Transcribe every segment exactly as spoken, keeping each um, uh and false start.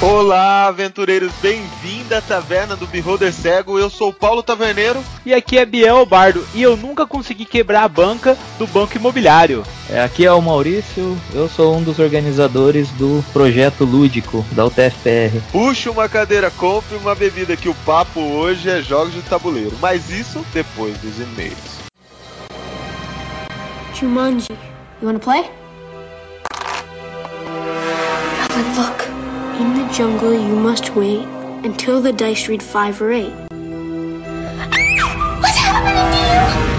Olá, aventureiros, bem-vindo à Taverna do Beholder Cego. Eu sou o Paulo Taverneiro. E aqui é Biel Bardo, e eu nunca consegui quebrar a banca do Banco Imobiliário. É, aqui é o Maurício, eu sou um dos organizadores do projeto lúdico da U T F P R. Puxe uma cadeira, compre uma bebida, que o papo hoje é jogos de tabuleiro. Mas isso depois dos e-mails. Jumanji, you wanna play? But look, in the jungle you must wait until the dice read five or eight. What's happening to you?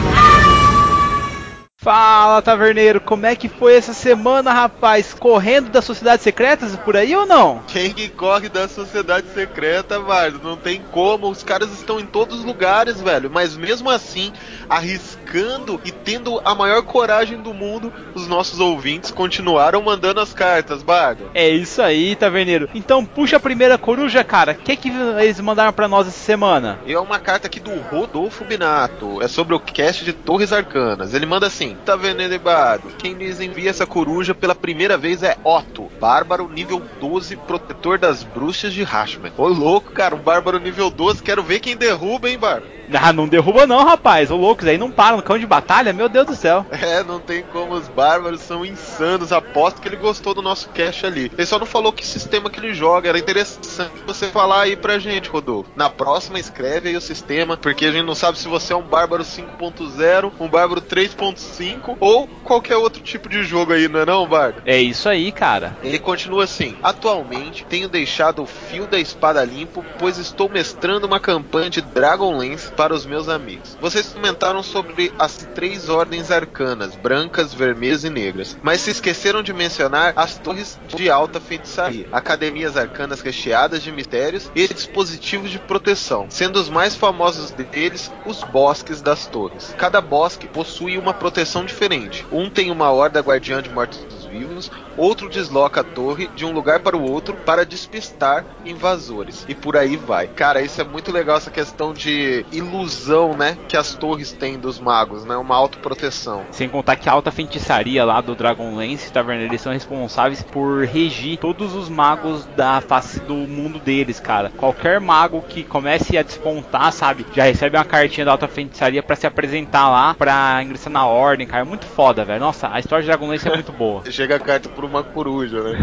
Fala, taverneiro, como é que foi essa semana, rapaz? Correndo das sociedades secretas por aí ou não? Quem que corre da sociedade secreta, velho? Não tem como, os caras estão em todos os lugares, velho. Mas mesmo assim, arriscando e tendo a maior coragem do mundo, os nossos ouvintes continuaram mandando as cartas, Bardo. É isso aí, taverneiro. Então puxa a primeira coruja, cara. O que que eles mandaram pra nós essa semana? É uma carta aqui do Rodolfo Binato. É sobre o cast de Torres Arcanas. Ele manda assim: Taverneiro e Bardo, quem lhes envia essa coruja pela primeira vez é Otto, bárbaro nível doze, protetor das bruxas de Hashman. Ô louco, cara, um bárbaro nível doze. Quero ver quem derruba, hein, Bardo? Ah, não derruba não, rapaz. Ô loucos aí não param no campo de batalha, meu Deus do céu. É, não tem como, os bárbaros são insanos. Aposto que ele gostou do nosso cast ali. Ele só não falou que sistema que ele joga. Era interessante você falar aí pra gente, Rodolfo. Na próxima, escreve aí o sistema, porque a gente não sabe se você é um bárbaro cinco ponto zero, um bárbaro três ponto cinco ou qualquer outro tipo de jogo aí, não é não, Bardo? É isso aí, cara. Ele continua assim: atualmente tenho deixado o fio da espada limpo, pois estou mestrando uma campanha de Dragonlance para os meus amigos. Vocês comentaram sobre as três ordens arcanas, brancas, vermelhas e negras, mas se esqueceram de mencionar as torres de alta feitiçaria, academias arcanas recheadas de mistérios e dispositivos de proteção, sendo os mais famosos deles os bosques das torres. Cada bosque possui uma proteção diferente. Um tem uma horda guardiã de mortos-vivos, outro desloca a torre de um lugar para o outro para despistar invasores, e por aí vai. Cara, isso é muito legal, essa questão de ilusão, né, que as torres têm dos magos, né, uma autoproteção. Sem contar que a alta feitiçaria lá do Dragonlance, taverneiro, eles são responsáveis por regir todos os magos da face do mundo deles, cara. Qualquer mago que comece a despontar, sabe, já recebe uma cartinha da alta feitiçaria pra se apresentar lá, pra ingressar na ordem, cara. É muito foda, velho. Nossa, a história de Dragonlance é muito boa. Chega a carta por uma coruja, né?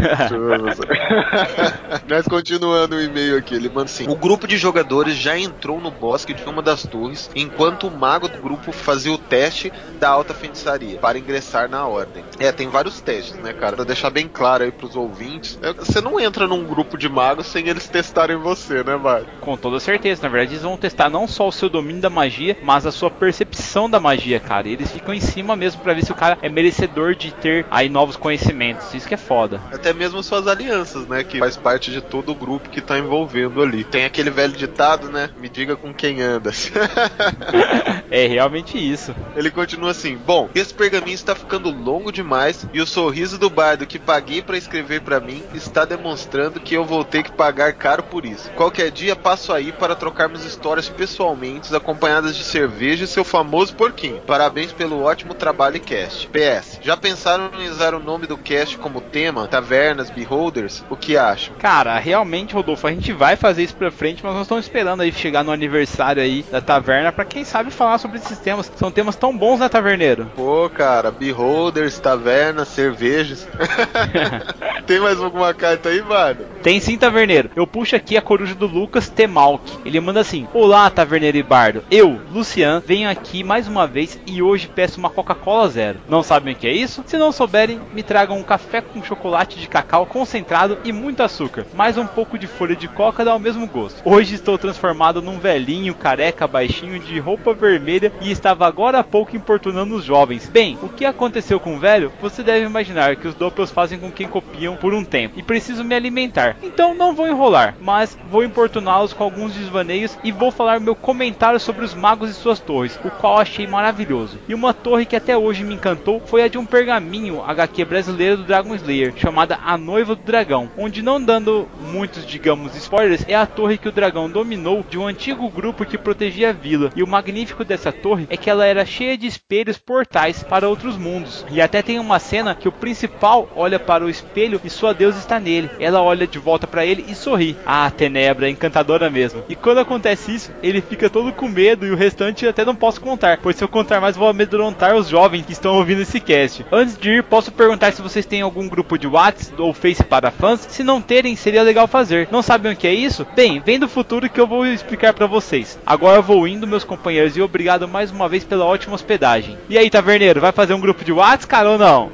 Mas continuando o e-mail aqui, ele manda assim: o grupo de jogadores já entrou no bosque de uma das torres, enquanto o mago do grupo fazia o teste da alta feitiçaria para ingressar na ordem. É, tem vários testes, né, cara? Pra deixar bem claro aí pros ouvintes, você não entra num grupo de magos sem eles testarem você, né, Mário? Com toda certeza. Na verdade, eles vão testar não só o seu domínio da magia, mas a sua percepção da magia, cara. E eles ficam em cima mesmo pra ver se o cara é merecedor de ter aí novos conhecimentos. Isso que é foda. Até mesmo suas alianças, né, que faz parte de todo o grupo que tá envolvendo ali. Tem aquele velho ditado, né? Me diga com quem andas. É realmente isso. Ele continua assim: bom, esse pergaminho está ficando longo demais e o sorriso do bardo que paguei para escrever para mim está demonstrando que eu vou ter que pagar caro por isso. Qualquer dia passo aí para trocarmos histórias pessoalmente, acompanhadas de cerveja e seu famoso porquinho. Parabéns pelo ótimo trabalho e cast. P S. Já pensaram em usar o nome do cast como tema, Tavernas, Beholders? O que acham? Cara, realmente, Rodolfo, a gente vai fazer isso pra frente, mas nós estamos esperando aí chegar no aniversário aí da taverna pra quem sabe falar sobre esses temas. São temas tão bons, né, taverneiro? Pô, cara, Beholders, Tavernas, cervejas. Tem mais alguma carta aí, Bardo? Tem sim, taverneiro. Eu puxo aqui a coruja do Lucas Temalk. Ele manda assim: olá, taverneiro e bardo. Eu, Lucian, venho aqui mais uma vez e hoje peço uma Coca-Cola zero. Não sabem o que é isso? Se não souberem, me tragam um café com chocolate de cacau concentrado e muito açúcar. Mais um pouco de folha de coca dá o mesmo gosto. Hoje estou transformado num velhinho, careca, baixinho, de roupa vermelha e estava agora há pouco importunando os jovens. Bem, o que aconteceu com o velho? Você deve imaginar que os doppels fazem com quem copiam por um tempo e preciso me alimentar. Então não vou enrolar, mas vou importuná-los com alguns desvaneios e vou falar meu comentário sobre os magos e suas torres, o qual achei maravilhoso. E uma torre que até hoje me encantou foi a de um pergaminho H Q brasileira do Dragon Slayer, chamada A Noiva do Dragão, onde, não dando muitos, digamos, spoilers, é a torre que o dragão dominou de um antigo grupo que protegia a vila. E o magnífico dessa torre é que ela era cheia de espelhos portais para outros mundos. E até tem uma cena que o principal olha para o espelho e sua deusa está nele. Ela olha de volta para ele e sorri. Ah, Tenebra, encantadora mesmo. E quando acontece isso, ele fica todo com medo e o restante eu até não posso contar, pois se eu contar mais vou amedrontar os jovens que estão ouvindo esse cast. Antes de ir, posso perguntar se vocês têm algum grupo de WhatsApp ou Face para fãs? Se não terem, seria legal fazer. Não sabem o que é isso? Bem, vem do futuro que eu vou explicar para vocês. Agora eu vou indo, meus companheiros, e obrigado mais uma vez pela ótima hospedagem. E aí, Taverneiro, vai fazer um grupo de WhatsApp, cara, ou não?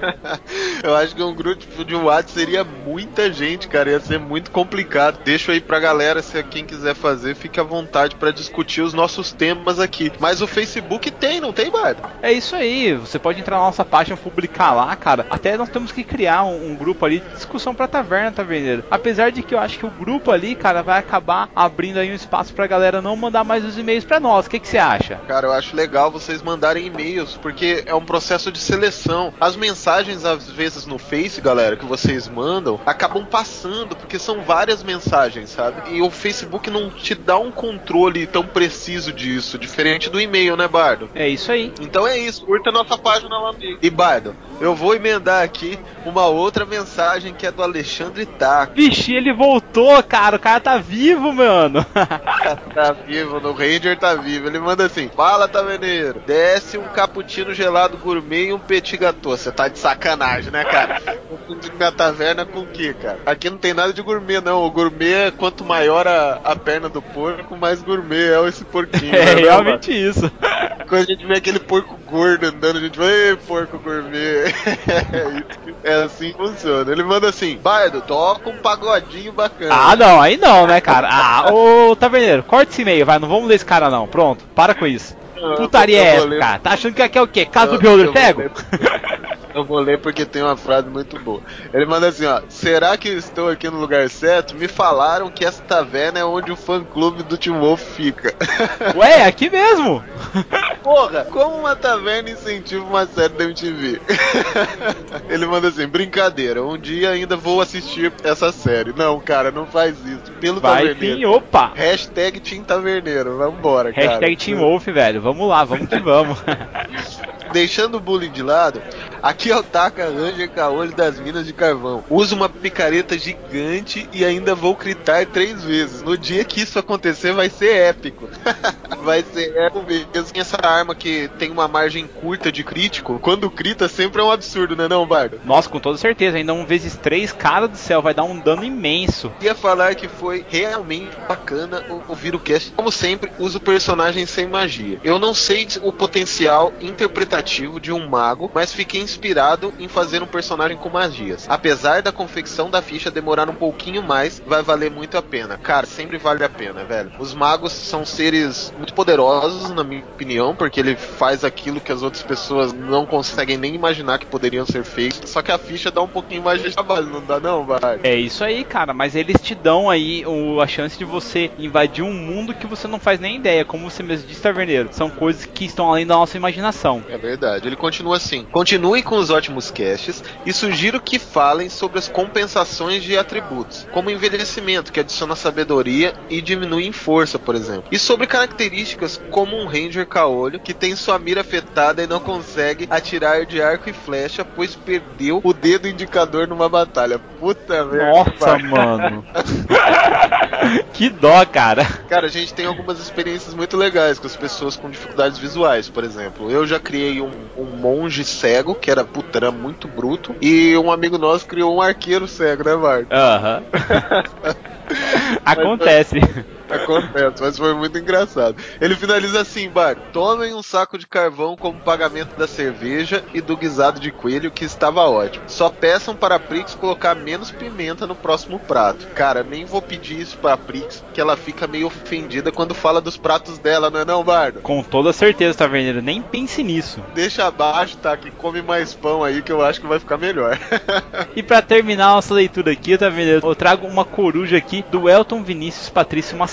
Eu acho que um grupo de WhatsApp seria muita gente, cara, ia ser muito complicado. Deixo aí pra galera, se quem quiser fazer, fique à vontade pra discutir os nossos temas aqui. Mas o Facebook tem, não tem, Bardo? É isso aí, você pode entrar na nossa página, publicar lá, cara. Até nós temos que criar um, um grupo ali de discussão pra taverna, Taverneiro. Apesar de que eu acho que o grupo ali, cara, vai acabar abrindo aí um espaço pra galera não mandar mais os e-mails pra nós. O que que você acha? Cara, eu acho legal vocês mandarem e-mails, porque é um processo de seleção. As mensagens, às vezes, no Face, galera, que vocês mandam, acabam passando, porque são várias mensagens, sabe? E o Facebook não te dá um controle tão preciso disso, diferente do e-mail, né, Bardo? É isso aí. Então é isso, curta a nossa página lá. E, Bardo, eu vou emendar aqui uma outra mensagem que é do Alexandre Taco. Vixe, ele voltou, cara, o cara tá vivo, mano. Tá vivo, no Ranger tá vivo. Ele manda assim: fala, taverneiro, desce um cappuccino gelado gourmet e um petit gâteau. Você tá de sacanagem, né, cara? Confundindo minha taverna com o que, cara? Aqui não tem nada de gourmet, não. O gourmet é quanto maior a, a perna do porco, mais gourmet é esse porquinho. É né, realmente não, isso. Quando a gente vê aquele porco gordo andando, a gente vai, ei, porco gourmet. É, isso, é assim que funciona. Ele manda assim: Bardo, toca um pagodinho bacana. Ah, não, aí não, né, cara? Ah, ô, Taverneiro, corta esse e-mail, vai, não vamos ler esse cara não, pronto, para com isso. Putaria é essa, cara? Tá achando que aqui é o quê? Casa do Beholder Cego? Eu vou ler porque tem uma frase muito boa. Ele manda assim, ó: será que eu estou aqui no lugar certo? Me falaram que essa taverna é onde o fã-clube do Tim Wolf fica. Ué, aqui mesmo? Porra, como uma taverna incentiva uma série da M T V? Ele manda assim: brincadeira, um dia ainda vou assistir essa série. Não, cara, não faz isso. Pelo Vai taverneiro. sim, opa! Hashtag Team Taverneiro, vambora, cara. Hashtag Team Wolf, velho, vamos lá, vamos que vamos. Deixando o bullying de lado, aqui é o Taka Ranger Caolho das Minas de Carvão. Uso uma picareta gigante e ainda vou gritar três vezes. No dia que isso acontecer vai ser épico. Vai ser épico mesmo. Essa arma que tem uma margem curta de crítico, quando grita sempre é um absurdo, né não, Bardo? Nossa, com toda certeza, ainda um vezes três, cara do céu, vai dar um dano imenso. Ia falar que foi realmente bacana ouvir o cast. Como sempre, uso personagens sem magia. Eu não sei o potencial interpretativo de um mago, mas fiquei inspirado em fazer um personagem com magias. Apesar da confecção da ficha demorar um pouquinho mais, vai valer muito a pena. Cara, sempre vale a pena, velho. Os magos são seres muito poderosos, na minha opinião, porque ele faz aquilo que as outras pessoas não conseguem nem imaginar que poderiam ser feitos. Só que a ficha dá um pouquinho mais de trabalho, não dá não, vai? É isso aí, cara, mas eles te dão aí o, a chance de você invadir um mundo que você não faz nem ideia, como você mesmo disse, Taverneiro. São coisas que estão além da nossa imaginação. É verdade, ele continua assim: continuem com os ótimos casts e sugiro que falem sobre as compensações de atributos, como envelhecimento, que adiciona sabedoria e diminui em força, por exemplo. E sobre características como um Ranger caolho, que tem sua mira afetada e não consegue atirar de arco e flecha, pois perdeu o dedo indicador numa batalha. Puta merda. Nossa, mano. Que dó, cara. Cara, a gente tem algumas experiências muito legais com as pessoas com dificuldades visuais, por exemplo. Eu já criei um, um monge cego, que era, puta, era muito bruto, e um amigo nosso criou um arqueiro cego, né, Marco? Aham. Acontece. Acontece, mas foi muito engraçado. Ele finaliza assim, Bar: tomem um saco de carvão como pagamento da cerveja e do guisado de coelho, que estava ótimo. Só peçam para a Prix colocar menos pimenta no próximo prato. Cara, nem vou pedir isso pra Prix, que ela fica meio ofendida quando fala dos pratos dela, não é não, Bardo? Com toda certeza, Taverneiro, nem pense nisso. Deixa abaixo, tá? Que come mais pão aí, que eu acho que vai ficar melhor. E pra terminar a nossa leitura aqui, Taverneiro, eu trago uma coruja aqui do Elton Vinícius Patrício Maciel.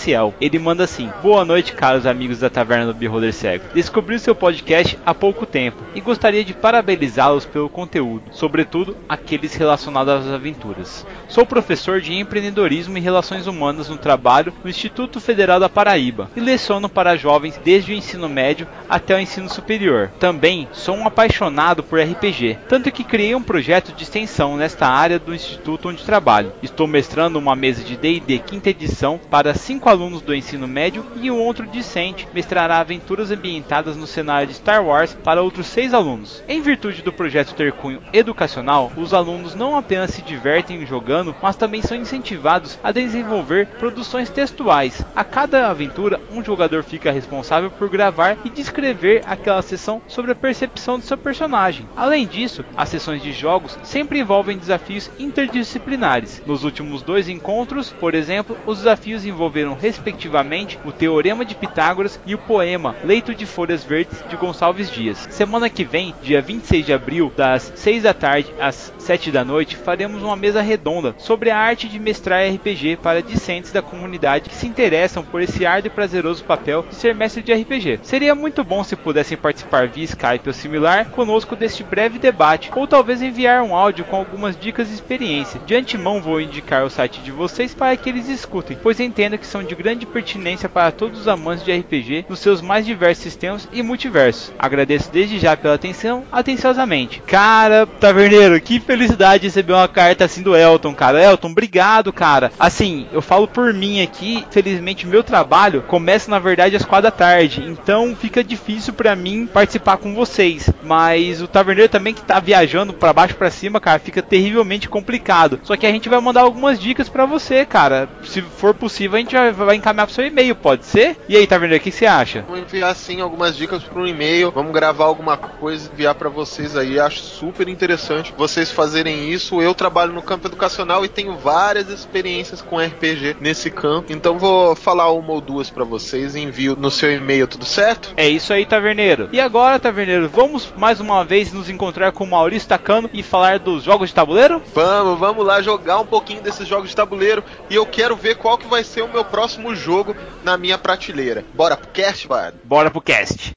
Maciel. Ele manda assim: boa noite, caros amigos da Taverna do Beholder Cego. Descobri o seu podcast há pouco tempo e gostaria de parabenizá-los pelo conteúdo, sobretudo aqueles relacionados às aventuras. Sou professor de empreendedorismo e relações humanas no trabalho no Instituto Federal da Paraíba e leciono para jovens desde o ensino médio até o ensino superior. Também sou um apaixonado por R P G, tanto que criei um projeto de extensão nesta área do instituto onde trabalho. Estou mestrando uma mesa de D e D quinta edição para cinco alunos do ensino médio e um outro discente mestrará aventuras ambientadas no cenário de Star Wars para outros seis alunos. Em virtude do projeto ter cunho educacional, os alunos não apenas se divertem jogando, mas também são incentivados a desenvolver produções textuais. A cada aventura, um jogador fica responsável por gravar e descrever aquela sessão sobre a percepção do seu personagem. Além disso, as sessões de jogos sempre envolvem desafios interdisciplinares. Nos últimos dois encontros, por exemplo, os desafios envolveram respectivamente o Teorema de Pitágoras e o poema Leito de Folhas Verdes de Gonçalves Dias. Semana que vem, dia vinte e seis de abril, das seis da tarde às sete da noite, faremos uma mesa redonda sobre a arte de mestrar R P G para discentes da comunidade que se interessam por esse árduo e prazeroso papel de ser mestre de R P G. Seria muito bom se pudessem participar via Skype ou similar conosco deste breve debate, ou talvez enviar um áudio com algumas dicas e experiência. De antemão vou indicar o site de vocês para que eles escutem, pois entendo que são de grande pertinência para todos os amantes de R P G nos seus mais diversos sistemas e multiversos. Agradeço desde já pela atenção, atenciosamente. Cara, taverneiro, que felicidade receber uma carta assim do Elton, cara. Elton, obrigado, cara. Assim, eu falo por mim aqui, felizmente meu trabalho começa na verdade às quatro da tarde, então fica difícil pra mim participar com vocês, mas o taverneiro também que tá viajando pra baixo pra cima, cara, fica terrivelmente complicado. Só que a gente vai mandar algumas dicas pra você, cara. Se for possível, a gente vai encaminhar pro seu e-mail, pode ser? E aí, taverneiro, o que você acha? Vamos enviar sim algumas dicas para um e-mail, vamos gravar alguma coisa e enviar para vocês aí. Acho super interessante vocês fazerem isso. Eu trabalho no campo educacional e tenho várias experiências com R P G nesse campo, então vou falar uma ou duas para vocês e envio no seu e-mail, tudo certo? É isso aí, taverneiro. E agora, taverneiro, vamos mais uma vez nos encontrar com o Maurício Takano e falar dos jogos de tabuleiro? Vamos, vamos lá jogar um pouquinho desses jogos de tabuleiro e eu quero ver qual que vai ser o meu próximo jogo na minha prateleira. Bora pro cast, mano? Bora pro cast.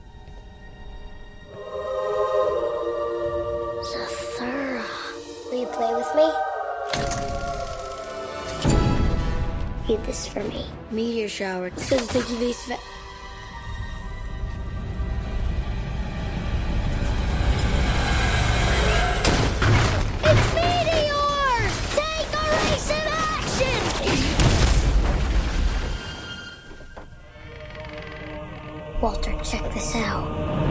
Zathura, will you play with me? Read this for me. Meteor shower. Says Digivice. It's meteors! Take a race in action! Walter, check this out.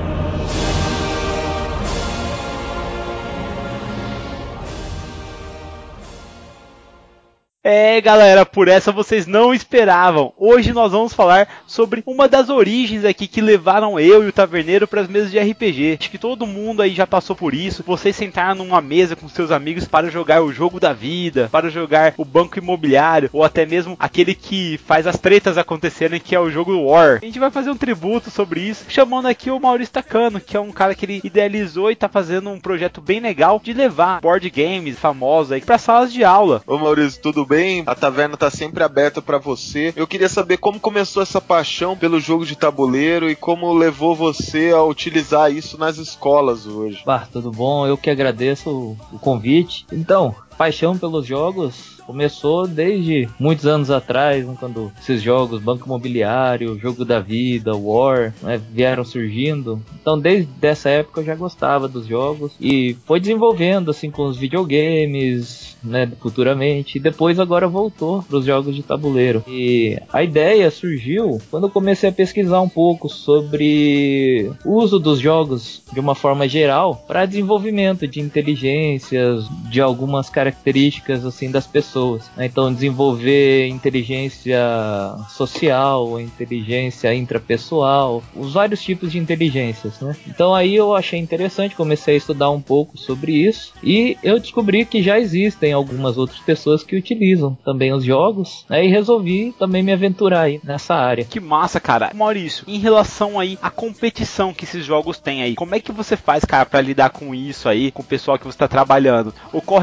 É, galera, por essa vocês não esperavam. Hoje nós vamos falar sobre uma das origens aqui que levaram eu e o taverneiro para as mesas de R P G. Acho que todo mundo aí já passou por isso. Vocês sentaram numa mesa com seus amigos para jogar o jogo da vida, para jogar o banco imobiliário, ou até mesmo aquele que faz as tretas acontecerem, que é o jogo War. A gente vai fazer um tributo sobre isso, chamando aqui o Maurício Takano, que é um cara que ele idealizou e tá fazendo um projeto bem legal de levar board games famosos aí para salas de aula. Ô Maurício, tudo bem? Bem, a taverna tá sempre aberta para você. Eu queria saber como começou essa paixão pelo jogo de tabuleiro e como levou você a utilizar isso nas escolas hoje. Bah, tudo bom? Eu que agradeço o, o convite. Então, paixão pelos jogos começou desde muitos anos atrás, né, quando esses jogos, Banco Imobiliário, Jogo da Vida, War, né, vieram surgindo. Então, desde essa época eu já gostava dos jogos e foi desenvolvendo assim com os videogames, né, futuramente. E depois agora voltou para os jogos de tabuleiro. E a ideia surgiu quando eu comecei a pesquisar um pouco sobre o uso dos jogos de uma forma geral para desenvolvimento de inteligências, de algumas características assim das pessoas. Então, desenvolver inteligência social, inteligência intrapessoal, os vários tipos de inteligências, né? Então, aí eu achei interessante, comecei a estudar um pouco sobre isso e eu descobri que já existem algumas outras pessoas que utilizam também os jogos, né? E resolvi também me aventurar aí nessa área. Que massa, cara. Maurício, em relação aí à competição que esses jogos têm aí, como é que você faz, cara, pra lidar com isso aí, com o pessoal que você tá trabalhando? Ocorre muita briga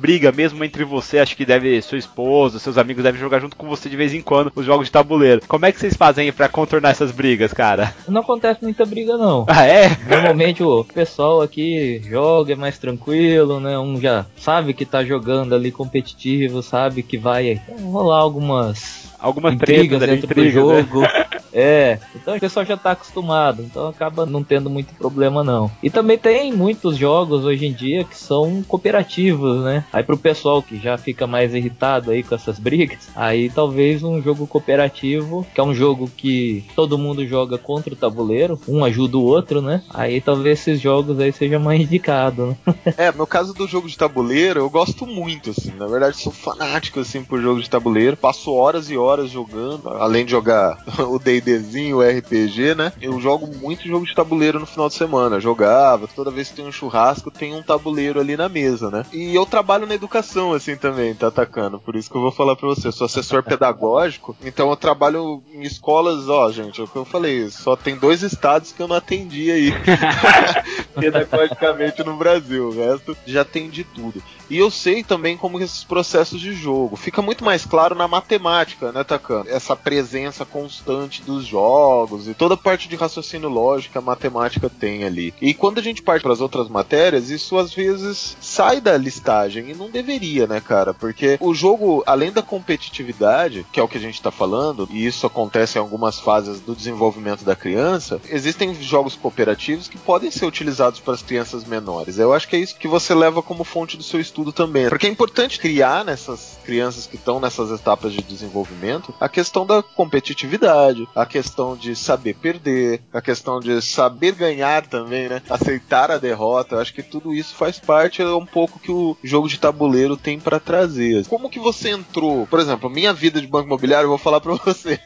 briga mesmo entre você, acho que deve, sua esposa, seus amigos devem jogar junto com você de vez em quando os jogos de tabuleiro. Como é que vocês fazem pra contornar essas brigas, cara? Não acontece muita briga, não. Ah, é? Normalmente o pessoal aqui joga, é mais tranquilo, né? Um já sabe que tá jogando ali competitivo, sabe que vai rolar algumas... Algumas intrigas tretas ali, dentro intrigas, do jogo. Né? É, então o pessoal já tá acostumado, então acaba não tendo muito problema não. E também tem muitos jogos hoje em dia que são cooperativos, né? Aí pro pessoal que já fica mais irritado aí com essas brigas, aí talvez um jogo cooperativo, que é um jogo que todo mundo joga contra o tabuleiro, um ajuda o outro, né? Aí talvez esses jogos aí sejam mais indicados, né? É, no caso do jogo de tabuleiro, eu gosto muito, assim. Na verdade, sou fanático, assim, por jogo de tabuleiro. Passo horas e horas jogando, além de jogar o D e Dzinho, o R P G, né? Eu jogo muito jogo de tabuleiro no final de semana. Jogava, toda vez que tem um churrasco, tem um tabuleiro ali na mesa, né? E eu trabalho na educação, assim, também, tá atacando. Por isso que eu vou falar pra você. Eu sou assessor pedagógico, então eu trabalho em escolas, ó, gente, é o que eu falei, só tem dois estados que eu não atendi aí. Pedagogicamente no Brasil, o resto já tem de tudo. E eu sei também como esses processos de jogo fica muito mais claro na matemática, né, Takano? Essa presença constante dos jogos e toda a parte de raciocínio lógico que a matemática tem ali. E quando a gente parte para as outras matérias, isso às vezes sai da listagem e não deveria, né, cara? Porque o jogo, além da competitividade, que é o que a gente tá falando, e isso acontece em algumas fases do desenvolvimento da criança, existem jogos cooperativos que podem ser utilizados para as crianças menores. Eu acho que é isso que você leva como fonte do seu estudo também. Porque é importante criar nessas crianças que estão nessas etapas de desenvolvimento a questão da competitividade, a questão de saber perder, a questão de saber ganhar também, né? Aceitar a derrota. Eu acho que tudo isso faz parte, é um pouco que o jogo de tabuleiro tem para trazer. Como que você entrou? Por exemplo, minha vida de banco imobiliário, eu vou falar para você.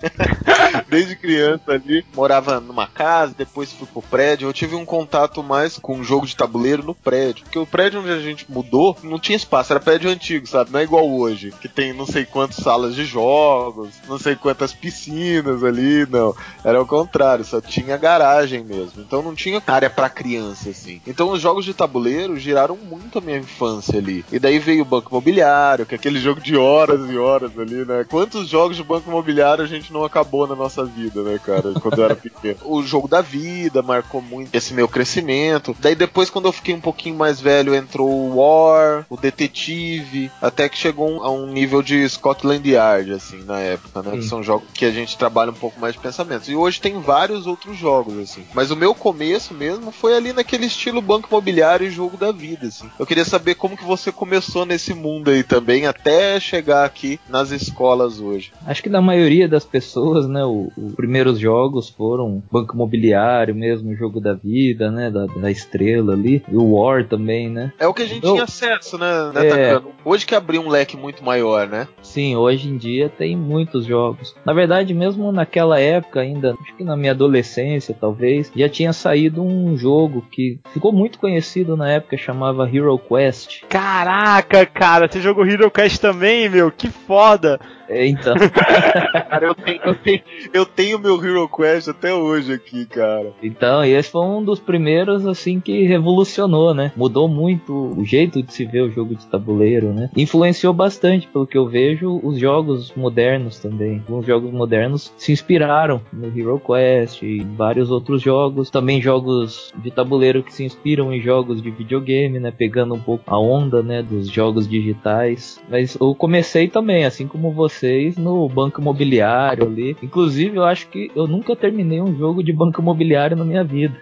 Desde criança ali, morava numa casa, depois fui pro prédio, eu tive um contato mais com um jogo de tabuleiro no prédio, porque o prédio onde a gente mudou não tinha espaço, era prédio antigo, sabe? Não é igual hoje, que tem não sei quantas salas de jogos, não sei quantas piscinas ali, não. Era o contrário, só tinha garagem mesmo, então não tinha área pra criança, assim. Então os jogos de tabuleiro giraram muito a minha infância ali. E daí veio o Banco Imobiliário, que é aquele jogo de horas e horas ali, né? Quantos jogos de Banco Imobiliário a gente não acabou na nossa vida, né, cara? Quando eu era pequeno. O jogo da vida marcou muito esse meu crescimento. Daí depois, quando eu fiquei um pouquinho mais velho, entrou o War, o Detetive, até que chegou a um nível de Scotland Yard, assim, na época, né? Que são jogos que a gente trabalha um pouco mais de pensamentos. E hoje tem vários outros jogos, assim. Mas o meu começo mesmo foi ali naquele estilo Banco Imobiliário e jogo da vida, assim. Eu queria saber como que você começou nesse mundo aí também, até chegar aqui nas escolas hoje. Acho que da maioria das pessoas, né, os primeiros jogos foram Banco Imobiliário mesmo, jogo da vida, né, da, da estrela ali, e o War também, né. É o que a gente Eu, tinha acesso, né, né é, Takano? Hoje que abriu um leque muito maior, né? Sim, hoje em dia tem muitos jogos. Na verdade, mesmo naquela época ainda, acho que na minha adolescência talvez, já tinha saído um jogo que ficou muito conhecido na época, chamava Hero Quest. Caraca, cara, você jogou Hero Quest também, meu? Que foda! É, então. Cara, eu tenho, eu, tenho, eu tenho meu Hero Quest até hoje aqui, cara. Então, esse foi um dos primeiros, assim, que revolucionou, né? Mudou muito o jeito de se ver o jogo de tabuleiro, né? Influenciou bastante, pelo que eu vejo, os jogos modernos também. Os jogos modernos se inspiraram no Hero Quest e vários outros jogos. Também jogos de tabuleiro que se inspiram em jogos de videogame, né? Pegando um pouco a onda, né? Dos jogos digitais. Mas eu comecei também, assim como vocês, no Banco Imobiliário ali. Inclusive, eu acho que eu nunca terminei um jogo de Banco Imobiliário na minha vida.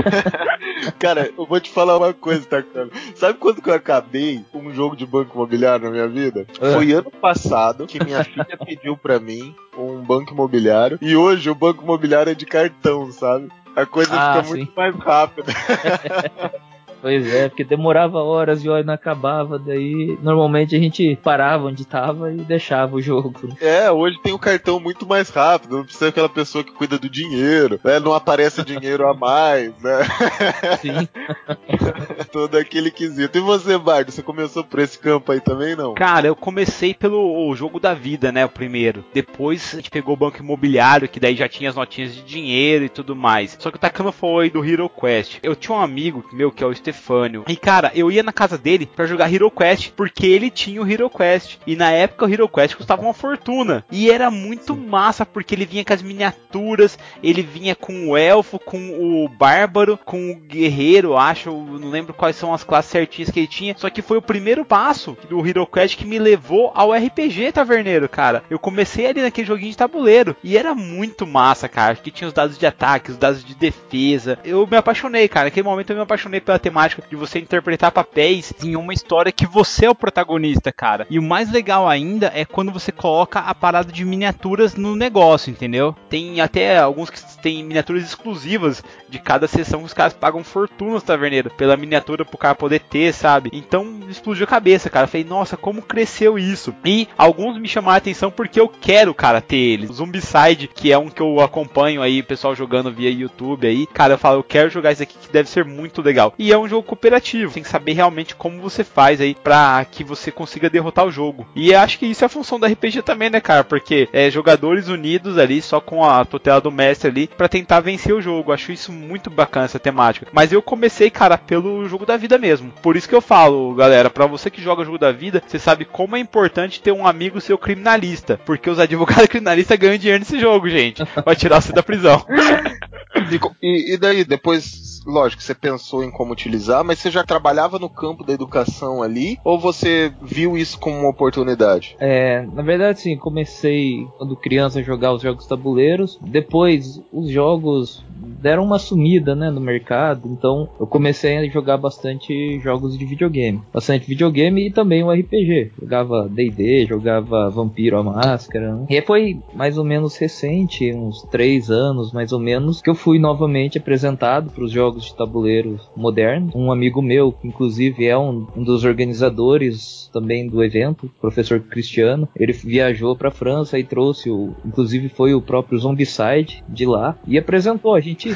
Cara, eu vou te falar uma coisa, tá, cara? Sabe quando que eu acabei um jogo de Banco Imobiliário na minha vida? É. Foi ano passado que minha filha pediu pra mim um Banco Imobiliário e hoje o Banco Imobiliário é de cartão, sabe? A coisa ah, fica sim. muito mais rápida. Pois é, porque demorava horas e horas não acabava, daí normalmente a gente parava onde tava e deixava o jogo. É, hoje tem o cartão muito mais rápido, não precisa aquela pessoa que cuida do dinheiro, né? Não aparece dinheiro a mais, né? Sim. Todo aquele quesito. E você, Bardo, você começou por esse campo aí também, não? Cara, eu comecei pelo o jogo da vida, né, o primeiro. Depois a gente pegou o Banco Imobiliário, que daí já tinha as notinhas de dinheiro e tudo mais. Só que o Takano falou aí do Hero Quest. Eu tinha um amigo meu, que é o Stefano, Stefânio. E cara, eu ia na casa dele pra jogar Hero Quest, porque ele tinha o Hero Quest. E na época o Hero Quest custava uma fortuna. E era muito massa, porque ele vinha com as miniaturas, ele vinha com o elfo, com o bárbaro, com o guerreiro, acho, eu não lembro quais são as classes certinhas que ele tinha. Só que foi o primeiro passo do Hero Quest que me levou ao R P G, Taverneiro, cara. Eu comecei ali naquele joguinho de tabuleiro. E era muito massa, cara. Que tinha os dados de ataque, os dados de defesa. Eu me apaixonei, cara. Naquele momento eu me apaixonei pela temática de você interpretar papéis em uma história que você é o protagonista, cara. E o mais legal ainda é quando você coloca a parada de miniaturas no negócio, entendeu? Tem até alguns que tem miniaturas exclusivas de cada sessão que os caras pagam fortunas, Taverneiro, pela miniatura pro cara poder ter, sabe? Então explodiu a cabeça, cara. Eu falei, nossa, como cresceu isso? E alguns me chamaram a atenção porque eu quero, cara, ter eles. O Zombicide, que é um que eu acompanho aí, pessoal jogando via YouTube aí, cara, eu falo, eu quero jogar isso aqui que deve ser muito legal. E é um jogo cooperativo, tem que saber realmente como você faz aí pra que você consiga derrotar o jogo. E eu acho que isso é a função do R P G também, né, cara? Porque é jogadores unidos ali, só com a tutela do mestre ali, pra tentar vencer o jogo. Eu acho isso muito bacana, essa temática. Mas eu comecei, cara, pelo jogo da vida mesmo. Por isso que eu falo, galera, pra você que joga jogo da vida, você sabe como é importante ter um amigo seu criminalista. Porque os advogados criminalistas ganham dinheiro nesse jogo, gente. Vai tirar você da prisão. E, e daí, depois, lógico, você pensou em como utilizar, mas você já trabalhava no campo da educação ali? Ou você viu isso como uma oportunidade? É, na verdade, sim, comecei quando criança a jogar os jogos tabuleiros. Depois, os jogos deram uma sumida, né, no mercado. Então, eu comecei a jogar bastante jogos de videogame. Bastante videogame e também o R P G. Jogava D e D, jogava Vampiro a Máscara. Né? E foi mais ou menos recente, uns três anos mais ou menos, que eu fui novamente apresentado para os jogos de tabuleiro modernos. Um amigo meu, que inclusive é um, um dos organizadores também do evento, o professor Cristiano, ele viajou para a França e trouxe, o, inclusive foi o próprio Zombicide de lá, e apresentou. A gente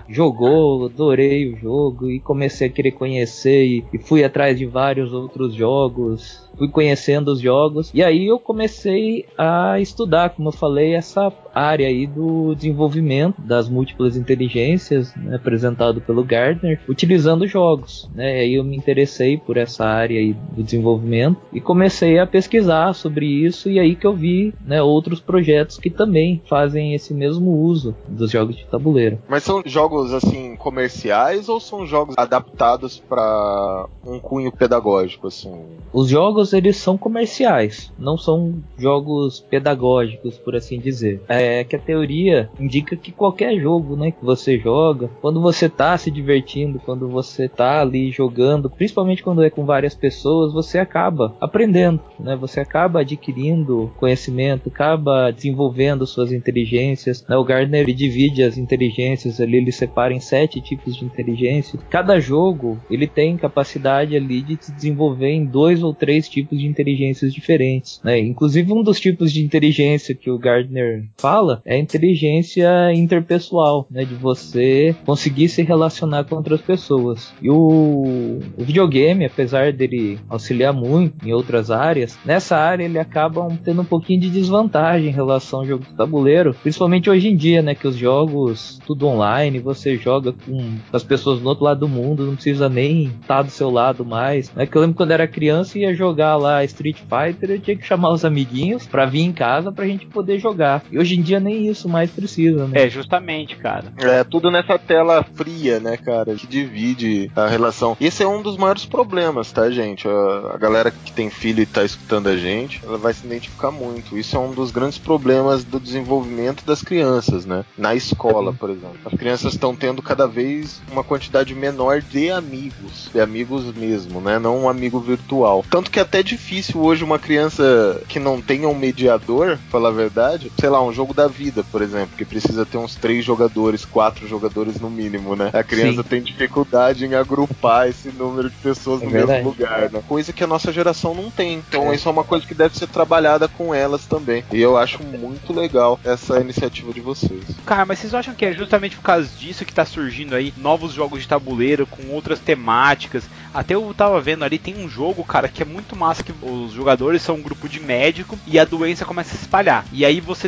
jogou, adorei o jogo e comecei a querer conhecer e, e fui atrás de vários outros jogos. Fui conhecendo os jogos e aí eu comecei a estudar, como eu falei, essa área aí do desenvolvimento das múltiplas inteligências, né, apresentado pelo Gardner, utilizando jogos, né? Aí eu me interessei por essa área aí do desenvolvimento e comecei a pesquisar sobre isso, e aí que eu vi, né, outros projetos que também fazem esse mesmo uso dos jogos de tabuleiro. Mas são jogos assim comerciais ou são jogos adaptados para um cunho pedagógico, assim? Os jogos, eles são comerciais, não são jogos pedagógicos, por assim dizer. É que a teoria indica que qualquer jogo, né, que você joga, quando você tá se divertindo, quando você tá ali jogando, principalmente quando é com várias pessoas, você acaba aprendendo, né? Você acaba adquirindo conhecimento, acaba desenvolvendo suas inteligências, né? O Gardner, ele divide as inteligências ali, ele separa em sete tipos de inteligência. Cada jogo, ele tem capacidade ali de se desenvolver em dois ou três tipos de inteligências diferentes, né? Inclusive um dos tipos de inteligência que o Gardner fala é a inteligência interpessoal, né? De você conseguir se relacionar com outras pessoas. E o, o videogame, apesar dele auxiliar muito em outras áreas, nessa área ele acaba tendo um pouquinho de desvantagem em relação ao jogo de tabuleiro, principalmente hoje em dia, né? Que os jogos, tudo online, você joga com as pessoas do outro lado do mundo, não precisa nem estar do seu lado mais, né? Que eu lembro quando era criança, ia jogar lá Street Fighter, eu tinha que chamar os amiguinhos pra vir em casa pra gente poder jogar. E hoje em dia nem isso mais precisa, né? É, justamente, cara. É, tudo nessa tela fria, né, cara, que divide a relação. Esse é um dos maiores problemas, tá, gente? A, a galera que tem filho e tá escutando a gente, ela vai se identificar muito. Isso é um dos grandes problemas do desenvolvimento das crianças, né? Na escola, por exemplo. As crianças estão tendo cada vez uma quantidade menor de amigos, de amigos mesmo, né? Não um amigo virtual. Tanto que é até difícil hoje uma criança que não tenha um mediador, falar a verdade, sei lá, um jogo da vida, por exemplo, que precisa ter uns três jogadores, quatro jogadores no mínimo, né? A criança Sim. tem dificuldade em agrupar esse número de pessoas é no verdade. mesmo lugar, né? Coisa que a nossa geração não tem. Então é. isso é uma coisa que deve ser trabalhada com elas também. E eu acho muito legal essa iniciativa de vocês. Cara, mas vocês acham que é justamente por causa disso que tá surgindo aí novos jogos de tabuleiro com outras temáticas? Até eu tava vendo ali, tem um jogo, cara, que é muito massa, que os jogadores são um grupo de médico e a doença começa a se espalhar. E aí você tem que tomar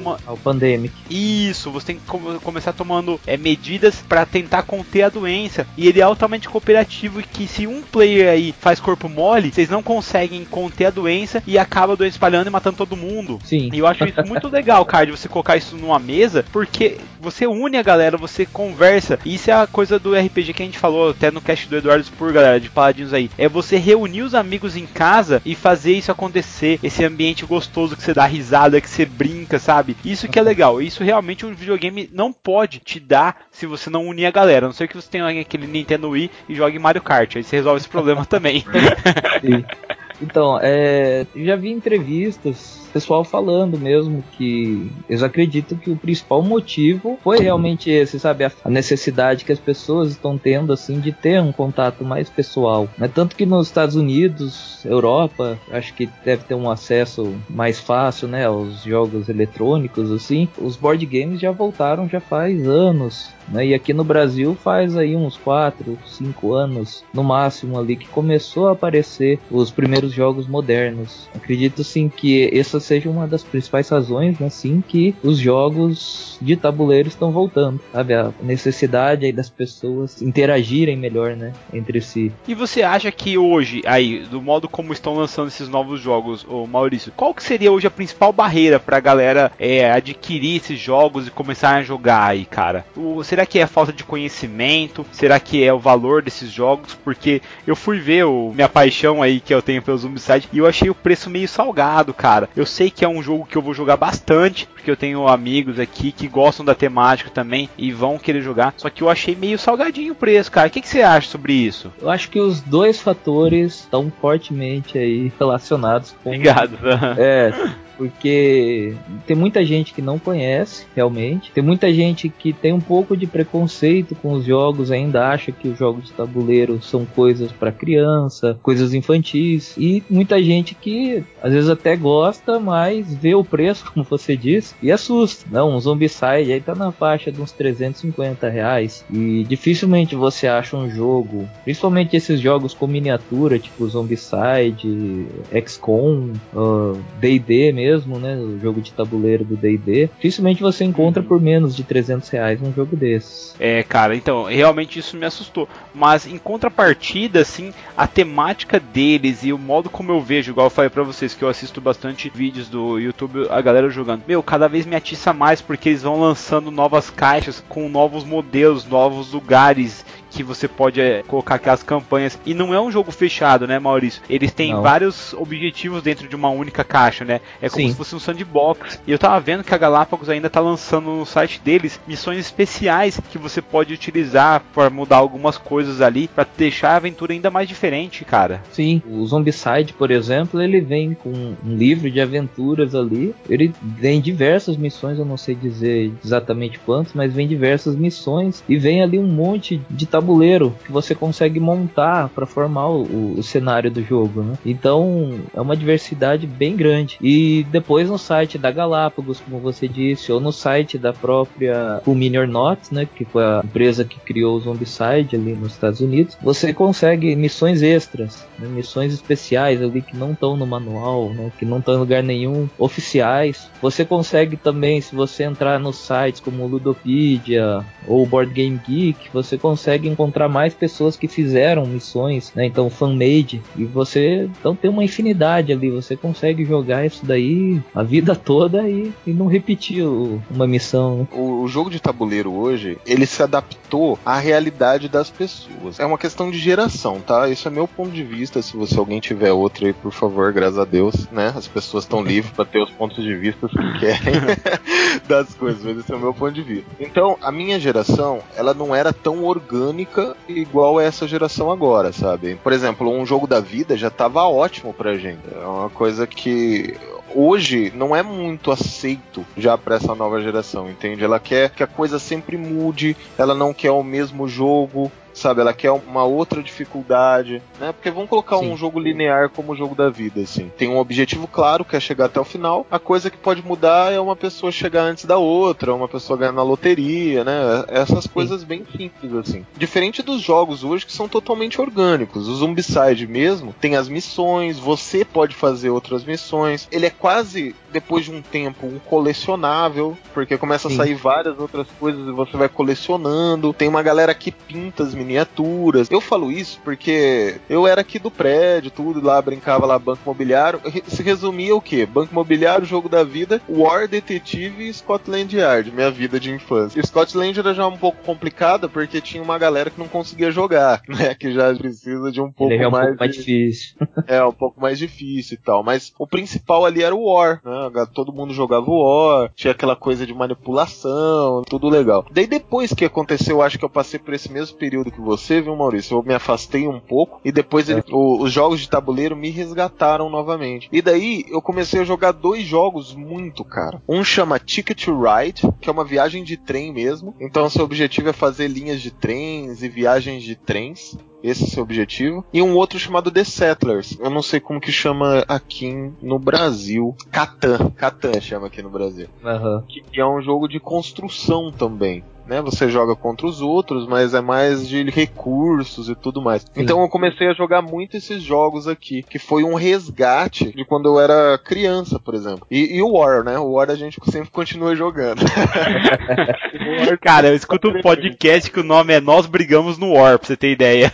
tomando... Ao Pandemic. Isso, você tem que com- começar tomando é, medidas pra tentar conter a doença. E ele é altamente cooperativo, e que se um player aí faz corpo mole, vocês não conseguem conter a doença e acaba a doença espalhando e matando todo mundo. Sim. E eu acho isso muito legal, cara, de você colocar isso numa mesa, porque você une a galera, você conversa. E isso é a coisa do R P G que a gente falou até no cast do Eduardo Spur, galera, de Paladinos aí. É você reunir os amigos em casa e fazer isso acontecer. Esse ambiente gostoso que você dá risada, que você brinca, sabe? Isso que é legal. Isso realmente um videogame não pode te dar se você não unir a galera. A não ser que você tenha aquele Nintendo Wii e jogue Mario Kart. Aí você resolve esse problema também. Sim. Então, é, já vi entrevistas, pessoal falando mesmo que eles acreditam que o principal motivo foi realmente esse, sabe? A, a necessidade que as pessoas estão tendo, assim, de ter um contato mais pessoal. Né? Tanto que nos Estados Unidos, Europa, acho que deve ter um acesso mais fácil, né, aos jogos eletrônicos, assim. Os board games já voltaram já faz anos, né? E aqui no Brasil faz aí uns quatro, cinco anos, no máximo ali, que começou a aparecer os primeiros jogos modernos. Acredito sim que essa seja uma das principais razões, né, sim, que os jogos de tabuleiro estão voltando, sabe? A necessidade aí das pessoas interagirem melhor, né, entre si. E você acha que hoje, aí, do modo como estão lançando esses novos jogos, ô Maurício, qual que seria hoje a principal barreira pra galera é, adquirir esses jogos e começar a jogar aí, cara? O, será que é a falta de conhecimento? Será que é o valor desses jogos? Porque eu fui ver o minha paixão aí que eu tenho pelo Zombicide e eu achei o preço meio salgado, cara. Eu sei que é um jogo que eu vou jogar bastante, porque eu tenho amigos aqui que gostam da temática também e vão querer jogar, só que eu achei meio salgadinho o preço, cara. O que, que você acha sobre isso? Eu acho que os dois fatores estão fortemente aí relacionados com... Obrigado. É... Porque tem muita gente que não conhece realmente, tem muita gente que tem um pouco de preconceito com os jogos, ainda acha que os jogos de tabuleiro são coisas para criança, coisas infantis, e muita gente que às vezes até gosta, mas vê o preço, como você disse, e assusta. Não, um Zombicide aí tá na faixa de uns trezentos e cinquenta reais, e dificilmente você acha um jogo, principalmente esses jogos com miniatura, tipo Zombicide, X COM, uh, D e D mesmo, mesmo, né, o jogo de tabuleiro do D e D, dificilmente você encontra uhum. por menos de trezentos reais um jogo desses. É, cara, então, realmente isso me assustou, mas em contrapartida, assim, a temática deles e o modo como eu vejo, igual eu falei pra vocês, que eu assisto bastante vídeos do YouTube, a galera jogando, meu, cada vez me atiça mais, porque eles vão lançando novas caixas com novos modelos, novos lugares que você pode é, colocar aquelas campanhas. E não é um jogo fechado, né, Maurício? Eles têm não. vários objetivos dentro de uma única caixa, né? É como Sim. se fosse um sandbox. E eu tava vendo que a Galápagos ainda tá lançando no site deles missões especiais que você pode utilizar para mudar algumas coisas ali, para deixar a aventura ainda mais diferente, cara. Sim, o Zombicide, por exemplo, ele vem com um livro de aventuras ali. Ele vem diversas missões, eu não sei dizer exatamente quantas, mas vem diversas missões e vem ali um monte de tabuleiro que você consegue montar para formar o, o cenário do jogo, né? Então é uma diversidade bem grande. E depois no site da Galápagos, como você disse, ou no site da própria Who Mini or Not, né, que foi a empresa que criou o Zombicide ali nos Estados Unidos, você consegue missões extras, né, missões especiais ali que não estão no manual, né, que não estão em lugar nenhum, oficiais. Você consegue também, se você entrar nos sites como o Ludopedia ou Board Game Geek, você consegue encontrar mais pessoas que fizeram missões, né, então fan-made, e você então tem uma infinidade ali, você consegue jogar isso daí a vida toda e, e não repetir o, uma missão, né? O, o jogo de tabuleiro hoje, ele se adaptou à realidade das pessoas. É uma questão de geração, tá? Isso é meu ponto de vista. Se você alguém tiver outro aí, por favor, graças a Deus, né? As pessoas estão livres para ter os pontos de vista que querem das coisas, mas esse é o meu ponto de vista. Então, a minha geração, ela não era tão orgânica igual essa geração agora, sabe? Por exemplo, um jogo da vida já tava ótimo pra gente. É uma coisa que hoje não é muito aceito já para essa nova geração, entende? Ela quer que a coisa sempre mude, ela não quer o mesmo jogo, sabe? Ela quer uma outra dificuldade, né? Porque vamos colocar Sim. um jogo linear como o jogo da vida, assim. Tem um objetivo claro, que é chegar até o final. A coisa que pode mudar é uma pessoa chegar antes da outra, uma pessoa ganhar na loteria, né? Essas coisas Sim. bem simples, assim. Diferente dos jogos hoje, que são totalmente orgânicos. O Zombicide mesmo tem as missões, você pode fazer outras missões. Ele é quase, depois de um tempo, um colecionável, porque começa Sim. a sair várias outras coisas e você vai colecionando. Tem uma galera que pinta as miniaturas. Eu falo isso porque eu era aqui do prédio, tudo, lá brincava lá Banco Imobiliário. Se resumia o quê? Banco Imobiliário, Jogo da Vida, War, Detetive e Scotland Yard, minha vida de infância. E Scotland era já um pouco complicada porque tinha uma galera que não conseguia jogar, né? Que já precisa de um pouco Ele é um mais... pouco mais de... difícil. É, um pouco mais difícil e tal. Mas o principal ali era o War, né? Todo mundo jogava o War, tinha aquela coisa de manipulação, tudo legal. Daí depois que aconteceu, acho que eu passei por esse mesmo período que você, viu, Maurício? Eu me afastei um pouco e depois ele, o, os jogos de tabuleiro me resgataram novamente. E daí eu comecei a jogar dois jogos muito, cara. Um chama Ticket to Ride, que é uma viagem de trem mesmo. Então seu objetivo é fazer linhas de trens e viagens de trens. Esse é o seu objetivo. E um outro chamado The Settlers. Eu não sei como que chama aqui no Brasil. Catan. Catan chama aqui no Brasil. Uhum. Que é um jogo de construção também. Né, você joga contra os outros, mas é mais de recursos e tudo mais. Sim. Então eu comecei a jogar muito esses jogos aqui, que foi um resgate de quando eu era criança, por exemplo. E, e o War, né? O War a gente sempre continua jogando. Cara, eu escuto um podcast que o nome é Nós Brigamos no War, pra você ter ideia.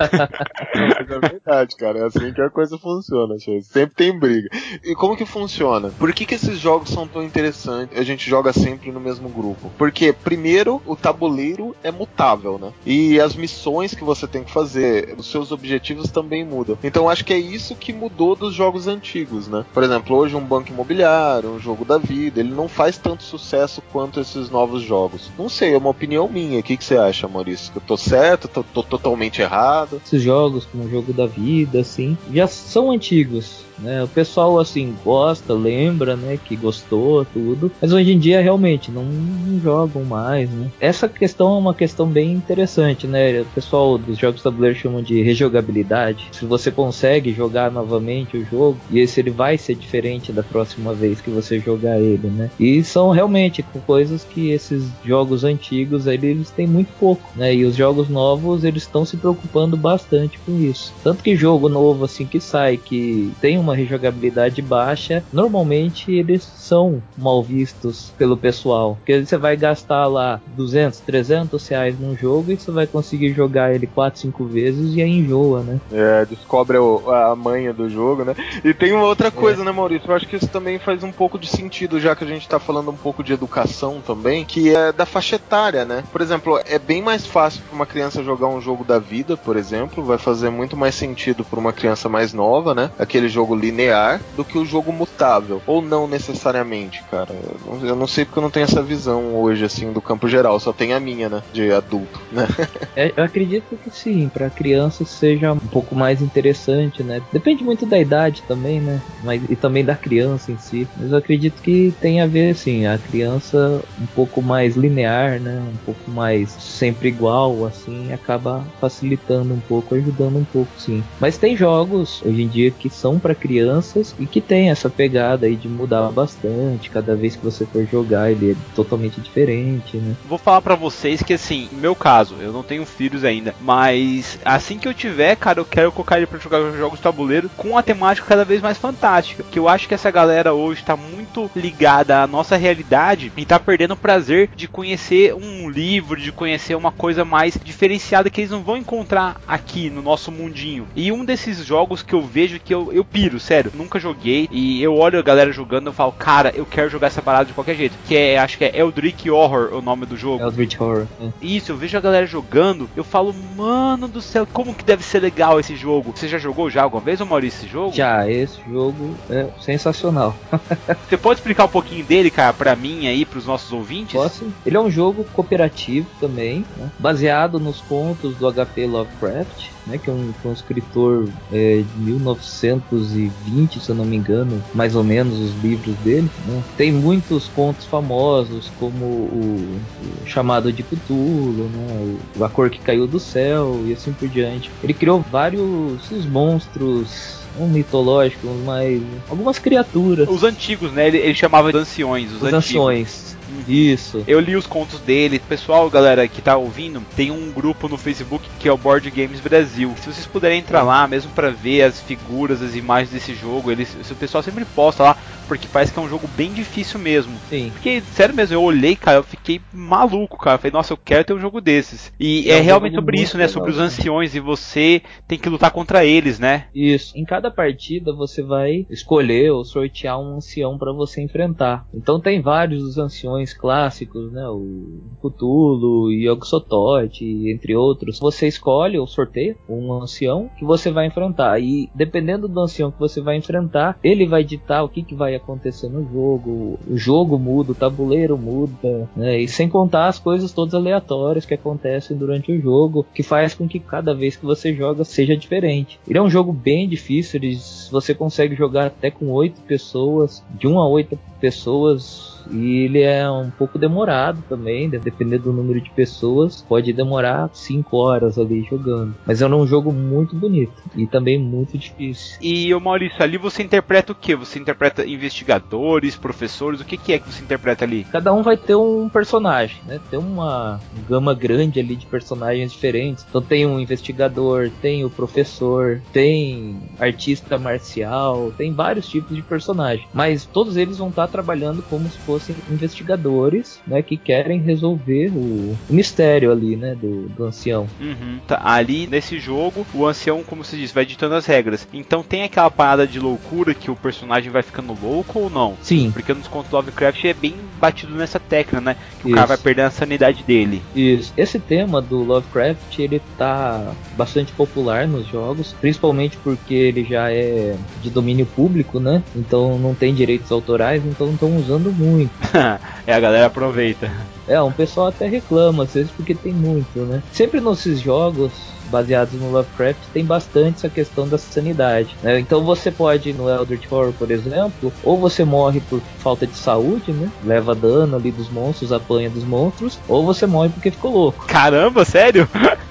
Não, é verdade, cara. É assim que a coisa funciona, gente. Sempre tem briga. E como que funciona? Por que que esses jogos são tão interessantes? A gente joga sempre no mesmo grupo. Porque, primeiro, o tabuleiro é mutável, né? E as missões que você tem que fazer, os seus objetivos também mudam. Então acho que é isso que mudou dos jogos antigos, né? Por exemplo, hoje um Banco Imobiliário, um Jogo da Vida, ele não faz tanto sucesso quanto esses novos jogos. Não sei, é uma opinião minha. O que, que você acha, Maurício? Que eu tô certo? Tô, tô totalmente errado? Esses jogos, como o Jogo da Vida, assim, já são antigos, né? O pessoal, assim, gosta, lembra, né? Que gostou, tudo. Mas hoje em dia, realmente, não, não jogam mais, né? Essa questão é uma questão bem interessante, né? O pessoal dos jogos de tabuleiro chamam de rejogabilidade. Se você consegue jogar novamente o jogo, e esse ele vai ser diferente da próxima vez que você jogar ele, né? E são realmente coisas que esses jogos antigos, eles têm muito pouco, né? E os jogos novos, eles estão se preocupando bastante com isso. Tanto que jogo novo, assim, que sai, que tem uma rejogabilidade baixa, normalmente eles são mal vistos pelo pessoal. Porque você vai gastar lá duzentos, trezentos reais num jogo e você vai conseguir jogar ele quatro, cinco vezes e aí enjoa, né? É, descobre o, a manha do jogo, né? E tem uma outra coisa, é. né, Maurício? Eu acho que isso também faz um pouco de sentido, já que a gente tá falando um pouco de educação também, que é da faixa etária, né? Por exemplo, é bem mais fácil pra uma criança jogar um jogo da vida, por exemplo, vai fazer muito mais sentido pra uma criança mais nova, né? Aquele jogo linear, do que o jogo mutável. Ou não necessariamente, cara. Eu não, eu não sei porque eu não tenho essa visão hoje, assim, do campo geral. Só tem a minha, né? De adulto, né? É, eu acredito que sim, pra criança seja um pouco mais interessante, né? Depende muito da idade também, né? Mas, e também da criança em si. Mas eu acredito que tem a ver, assim, a criança um pouco mais linear, né? Um pouco mais sempre igual, assim, acaba facilitando um pouco, ajudando um pouco, sim. Mas tem jogos, hoje em dia, que são pra crianças e que tem essa pegada aí de mudar bastante. Cada vez que você for jogar, ele é totalmente diferente, né? Vou falar pra vocês que, assim, no meu caso, eu não tenho filhos ainda, mas assim que eu tiver, cara, eu quero colocar ele pra jogar jogos de tabuleiro com uma temática cada vez mais fantástica, que eu acho que essa galera hoje tá muito ligada à nossa realidade e tá perdendo o prazer de conhecer um livro, de conhecer uma coisa mais diferenciada que eles não vão encontrar aqui no nosso mundinho. E um desses jogos que eu vejo que eu, eu piro, sério, nunca joguei, e eu olho a galera jogando e eu falo, cara, eu quero jogar essa parada de qualquer jeito, que é, acho que é Eldritch Horror o nome do jogo. Eldritch Horror. É. Isso, eu vejo a galera jogando, eu falo, mano do céu, como que deve ser legal esse jogo. Você já jogou já alguma vez, ô Maurício, esse jogo? Já, esse jogo é sensacional. Você pode explicar um pouquinho dele, cara, pra mim aí, pros nossos ouvintes? Posso? Ele é um jogo cooperativo também, né? Baseado nos contos do H P Lovecraft, né? Que é um, um escritor é, de mil novecentos e e vinte, se eu não me engano, mais ou menos, os livros dele, né? Tem muitos contos famosos, como o, o Chamado de Cthulhu, né? o, A Cor que Caiu do Céu e assim por diante. Ele criou vários os monstros, não mitológicos, mas algumas criaturas. Os antigos, né? Ele, ele chamava de anciões, os, Os antigos. anciões. Isso. Eu li os contos dele. Pessoal, galera que tá ouvindo, tem um grupo no Facebook que é o Board Games Brasil. Se vocês puderem entrar é. lá, mesmo pra ver as figuras, as imagens desse jogo, eles, o pessoal sempre posta lá, porque parece que é um jogo bem difícil mesmo. Sim. Porque, sério mesmo, eu olhei, cara, eu fiquei maluco, cara. Eu falei, nossa, eu quero ter um jogo desses. E é, é um realmente sobre isso, né? Legal, sobre os anciões, né? E você tem que lutar contra eles, né? Isso. Em cada partida você vai escolher ou sortear um ancião pra você enfrentar. Então tem vários dos anciões clássicos, né? O Cthulhu, Yog-Sothoth, entre outros. Você escolhe ou sorteia um ancião que você vai enfrentar. E dependendo do ancião que você vai enfrentar, ele vai ditar o que, que vai acontecer no jogo. O jogo muda, o tabuleiro muda, né? E sem contar as coisas todas aleatórias que acontecem durante o jogo, que faz com que cada vez que você joga seja diferente. Ele é um jogo bem difícil, você consegue jogar até com oito pessoas, de uma a oito pessoas. E ele é um pouco demorado também, dependendo do número de pessoas, pode demorar cinco horas ali jogando. Mas é um jogo muito bonito e também muito difícil. E, ô Maurício, ali você interpreta o que? Você interpreta investigadores, professores, o que, que é que você interpreta ali? Cada um vai ter um personagem, né? Tem uma gama grande ali de personagens diferentes. Então tem um investigador, tem o professor, tem artista marcial, tem vários tipos de personagem. Mas todos eles vão estar trabalhando como se fossem fossem investigadores, né, que querem resolver o, o mistério ali, né, do, do ancião. Uhum. Tá, ali nesse jogo, o ancião, como se diz, vai ditando as regras. Então tem aquela parada de loucura que o personagem vai ficando louco ou não? Sim. Porque nos contos do Lovecraft é bem batido nessa tecla, né, que Isso. o cara vai perdendo a sanidade dele. Isso. Esse tema do Lovecraft, ele tá bastante popular nos jogos, principalmente porque ele já é de domínio público, né, então não tem direitos autorais, então estão usando muito. É, a galera aproveita. É, um pessoal até reclama, às vezes, porque tem muito, né? Sempre nesses jogos baseados no Lovecraft tem bastante essa questão da sanidade, né? Então você pode, no Eldritch Horror, por exemplo, ou você morre por falta de saúde, né? Leva dano ali dos monstros, apanha dos monstros, ou você morre porque ficou louco. Caramba, sério?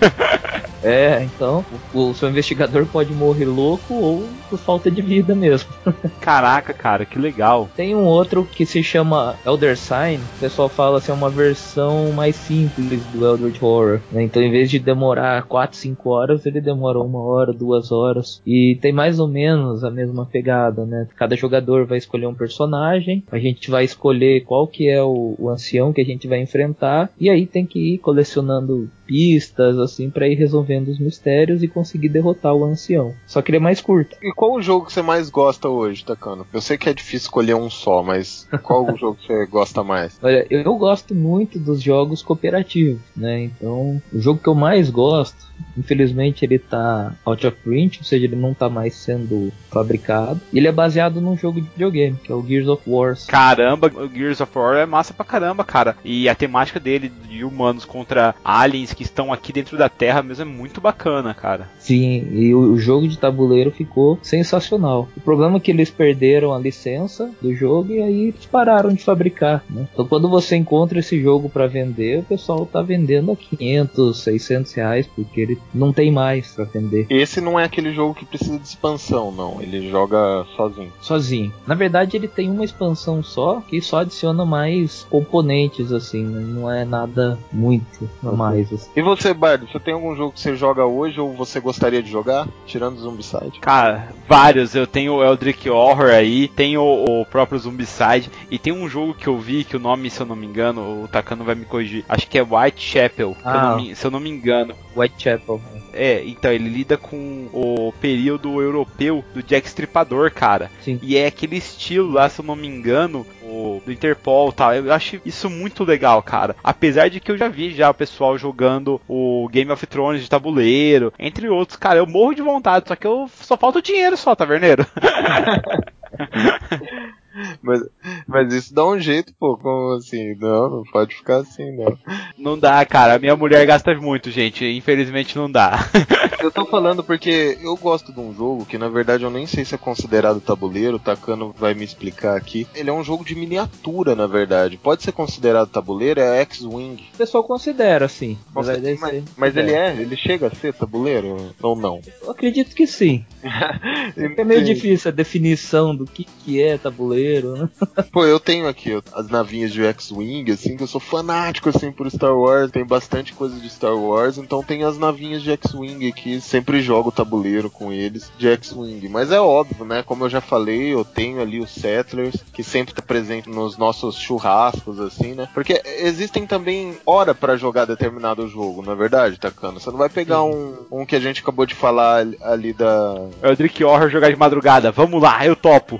É, então o, o seu investigador pode morrer louco ou por falta de vida mesmo. Caraca, cara, que legal. Tem um outro que se chama Elder Sign, o pessoal fala assim, é uma versão mais simples do Eldritch Horror, né? Então em vez de demorar quatro, cinco horas, ele demora uma hora, duas horas, e tem mais ou menos a mesma pegada, né? Cada jogador vai escolher um personagem, a gente vai escolher qual que é o, o ancião que a gente vai enfrentar, e aí tem que ir colecionando pistas, assim, pra ir resolvendo os mistérios e conseguir derrotar o ancião. Só que ele é mais curto. E qual o jogo que você mais gosta hoje, Takano? Eu sei que é difícil escolher um só, mas qual o jogo que você gosta mais? Olha, eu gosto muito dos jogos cooperativos, né? Então, o jogo que eu mais gosto, infelizmente ele tá out of print, ou seja, ele não tá mais sendo fabricado. Ele é baseado num jogo de videogame, que é o Gears of War. Caramba, o Gears of War é massa pra caramba, cara. E a temática dele, de humanos contra aliens que estão aqui dentro da Terra mesmo, é muito bacana, cara. Sim, e o, o jogo de tabuleiro ficou sensacional. O problema é que eles perderam a licença do jogo e aí eles pararam de fabricar, né? Então quando você encontra esse jogo pra vender, o pessoal tá vendendo a quinhentos, seiscentos reais, porque ele não tem mais pra vender. Esse não é aquele jogo que precisa de expansão, não. Ele joga sozinho. Sozinho. Na verdade, ele tem uma expansão só, que só adiciona mais componentes, assim, né? Não é nada muito a mais. Assim. E você, Bardo, você tem algum jogo que você joga hoje ou você gostaria de jogar, tirando o Zombicide? Cara, vários. Eu tenho o Eldritch Horror aí, tenho o, o próprio Zombicide, e tem um jogo que eu vi, que o nome, se eu não me engano, o Takano vai me corrigir, acho que é Whitechapel, ah. se, eu não me, se eu não me engano. Whitechapel. É, então, ele lida com o período europeu do Jack Stripador, cara. Sim. E é aquele estilo lá, se eu não me engano, o, do Interpol e tal. Eu acho isso muito legal, cara. Apesar de que eu já vi já o pessoal jogando o Game of Thrones de tabuleiro, entre outros. Cara, eu morro de vontade, só que eu só falta o dinheiro só, taverneiro. Mas, mas isso dá um jeito, pô, como assim? Não, não pode ficar assim, não. Não dá, cara. A minha mulher gasta muito, gente. Infelizmente não dá. Eu tô falando porque eu gosto de um jogo que na verdade eu nem sei se é considerado tabuleiro, o Takano vai me explicar aqui. Ele é um jogo de miniatura, na verdade. Pode ser considerado tabuleiro, é X-Wing. O pessoal considera, sim. Conse- Deve mas ser, mas ele considera. é, ele chega a ser tabuleiro ou não? Eu acredito que sim. É meio Sim. difícil a definição do que, que é tabuleiro, né? Pô, eu tenho aqui ó, as navinhas de X-Wing, assim, que eu sou fanático, assim, por Star Wars. Tem bastante coisa de Star Wars, então tem as navinhas de X-Wing aqui. Sempre jogo tabuleiro com eles de X-Wing. Mas é óbvio, né? Como eu já falei, eu tenho ali os Settlers, que sempre tá presente nos nossos churrascos, assim, né? Porque existem também hora pra jogar determinado jogo, não é verdade, Takano? Você não vai pegar um, um que a gente acabou de falar ali, ali da... É o Drake Horror jogar de madrugada. Vamos lá, eu topo.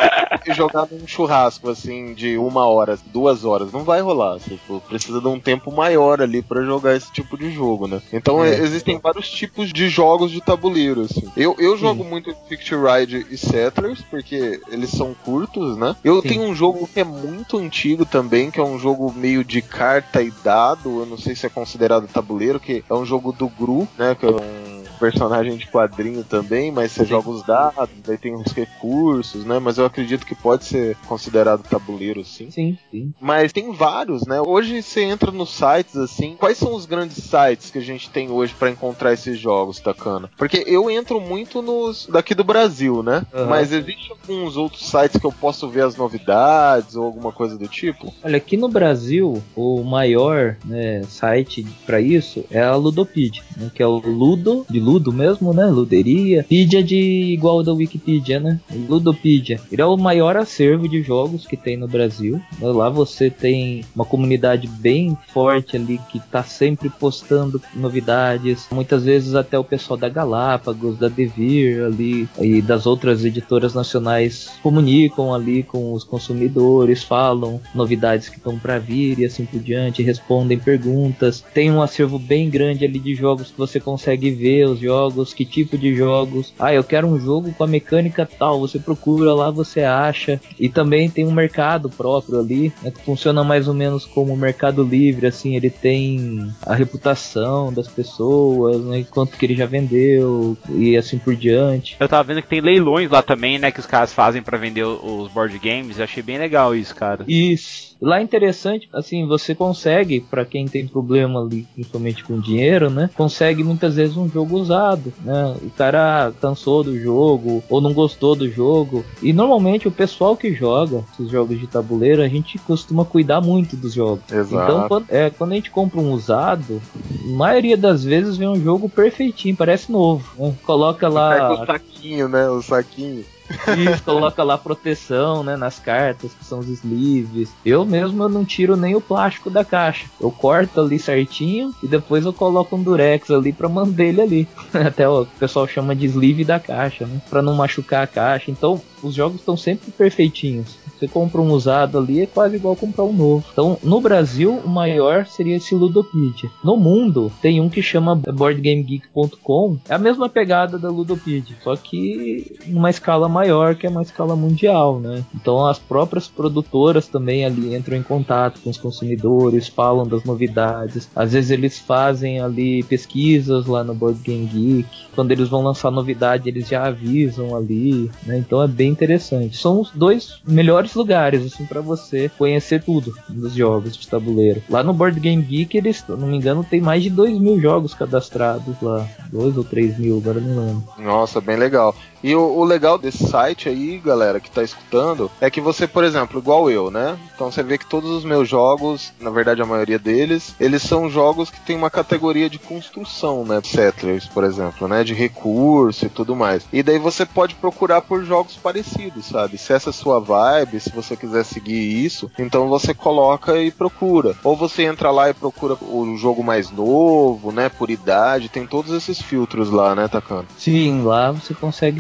E jogar num churrasco, assim, de uma hora, duas horas, não vai rolar. Tipo, precisa de um tempo maior ali pra jogar esse tipo de jogo, né? Então É. existem vários tipos de jogos de tabuleiro, assim. Eu, eu Sim. jogo muito Picture Ride e Settlers, porque eles são curtos, né? Eu Sim. tenho um jogo que é muito antigo também, que é um jogo meio de carta e dado, eu não sei se é considerado tabuleiro, que é um jogo do Gru, né? Que é um personagem de quadrinho também, mas você Sim. joga os dados, daí tem uns recursos, né? Mas eu acredito que pode ser considerado tabuleiro, sim. Sim, sim. Mas tem vários, né? Hoje você entra nos sites, assim, quais são os grandes sites que a gente tem hoje pra encontrar esses jogos, Takano? Porque eu entro muito nos daqui do Brasil, né? Uhum. Mas existem alguns outros sites que eu posso ver as novidades ou alguma coisa do tipo? Olha, aqui no Brasil, o maior, né, site para isso é a Ludopedia, né, que é o Ludo, de Ludo mesmo, né? Luderia. Pedia de igual da Wikipedia, né? Ludopedia. Ele é o maior acervo de jogos que tem no Brasil. Lá você tem uma comunidade bem forte ali que tá sempre postando novidades. Muitas vezes até o pessoal da Galápagos, da Devir ali e das outras editoras nacionais comunicam ali com os consumidores, falam novidades que estão para vir e assim por diante, respondem perguntas. Tem um acervo bem grande ali de jogos que você consegue ver os jogos, que tipo de jogos. Ah, eu quero um jogo com a mecânica tal, você procura lá, você acha. E também tem um mercado próprio ali, né, que funciona mais ou menos como o Mercado Livre, assim, ele tem a reputação das pessoas, né, quanto que ele já vendeu e assim por diante. Eu tava vendo que tem leilões lá também, né, que os caras fazem pra vender os board games. Eu achei bem legal isso, cara. Isso. Lá é interessante, assim, você consegue, pra quem tem problema ali, principalmente com dinheiro, né, consegue muitas vezes um jogo usado, né, o cara cansou do jogo ou não gostou do jogo, e normalmente o pessoal que joga esses jogos de tabuleiro, a gente costuma cuidar muito dos jogos. Exato. Então, quando, é, quando a gente compra um usado, a maioria das vezes vem um jogo perfeitinho, parece novo, né? Coloca lá... Pega o saquinho, né? O saquinho. Isso, coloca lá proteção, né, nas cartas, que são os sleeves. Eu mesmo eu não tiro nem o plástico da caixa. Eu corto ali certinho e depois eu coloco um durex ali pra manter ele ali. Até o pessoal chama de sleeve da caixa, né, pra não machucar a caixa. Então, os jogos estão sempre perfeitinhos. Você compra um usado ali, é quase igual comprar um novo. Então, no Brasil, o maior seria esse Ludopedia. No mundo, tem um que chama board game geek ponto com. É a mesma pegada da Ludopedia, só que numa escala maior, que é uma escala mundial, né? Então, as próprias produtoras também ali entram em contato com os consumidores, falam das novidades. Às vezes eles fazem ali pesquisas lá no Board Game Geek. Quando eles vão lançar novidade, eles já avisam ali, né? Então é bem interessante. São os dois melhores lugares, assim, para você conhecer tudo dos jogos de tabuleiro. Lá no Board Game Geek, eles, se não me engano, tem mais de dois mil jogos cadastrados lá. Dois ou três mil, agora não lembro. Nossa, bem legal. E o, o legal desse site aí, galera, que tá escutando, é que você, por exemplo, igual eu, né? Então você vê que todos os meus jogos, na verdade a maioria deles, eles são jogos que tem uma categoria de construção, né? Settlers, por exemplo, né? De recurso e tudo mais. E daí você pode procurar por jogos parecidos, sabe? Se essa é a sua vibe, se você quiser seguir isso, então você coloca e procura. Ou você entra lá e procura o jogo mais novo, né? Por idade, tem todos esses filtros lá, né, Takano? Sim, lá você consegue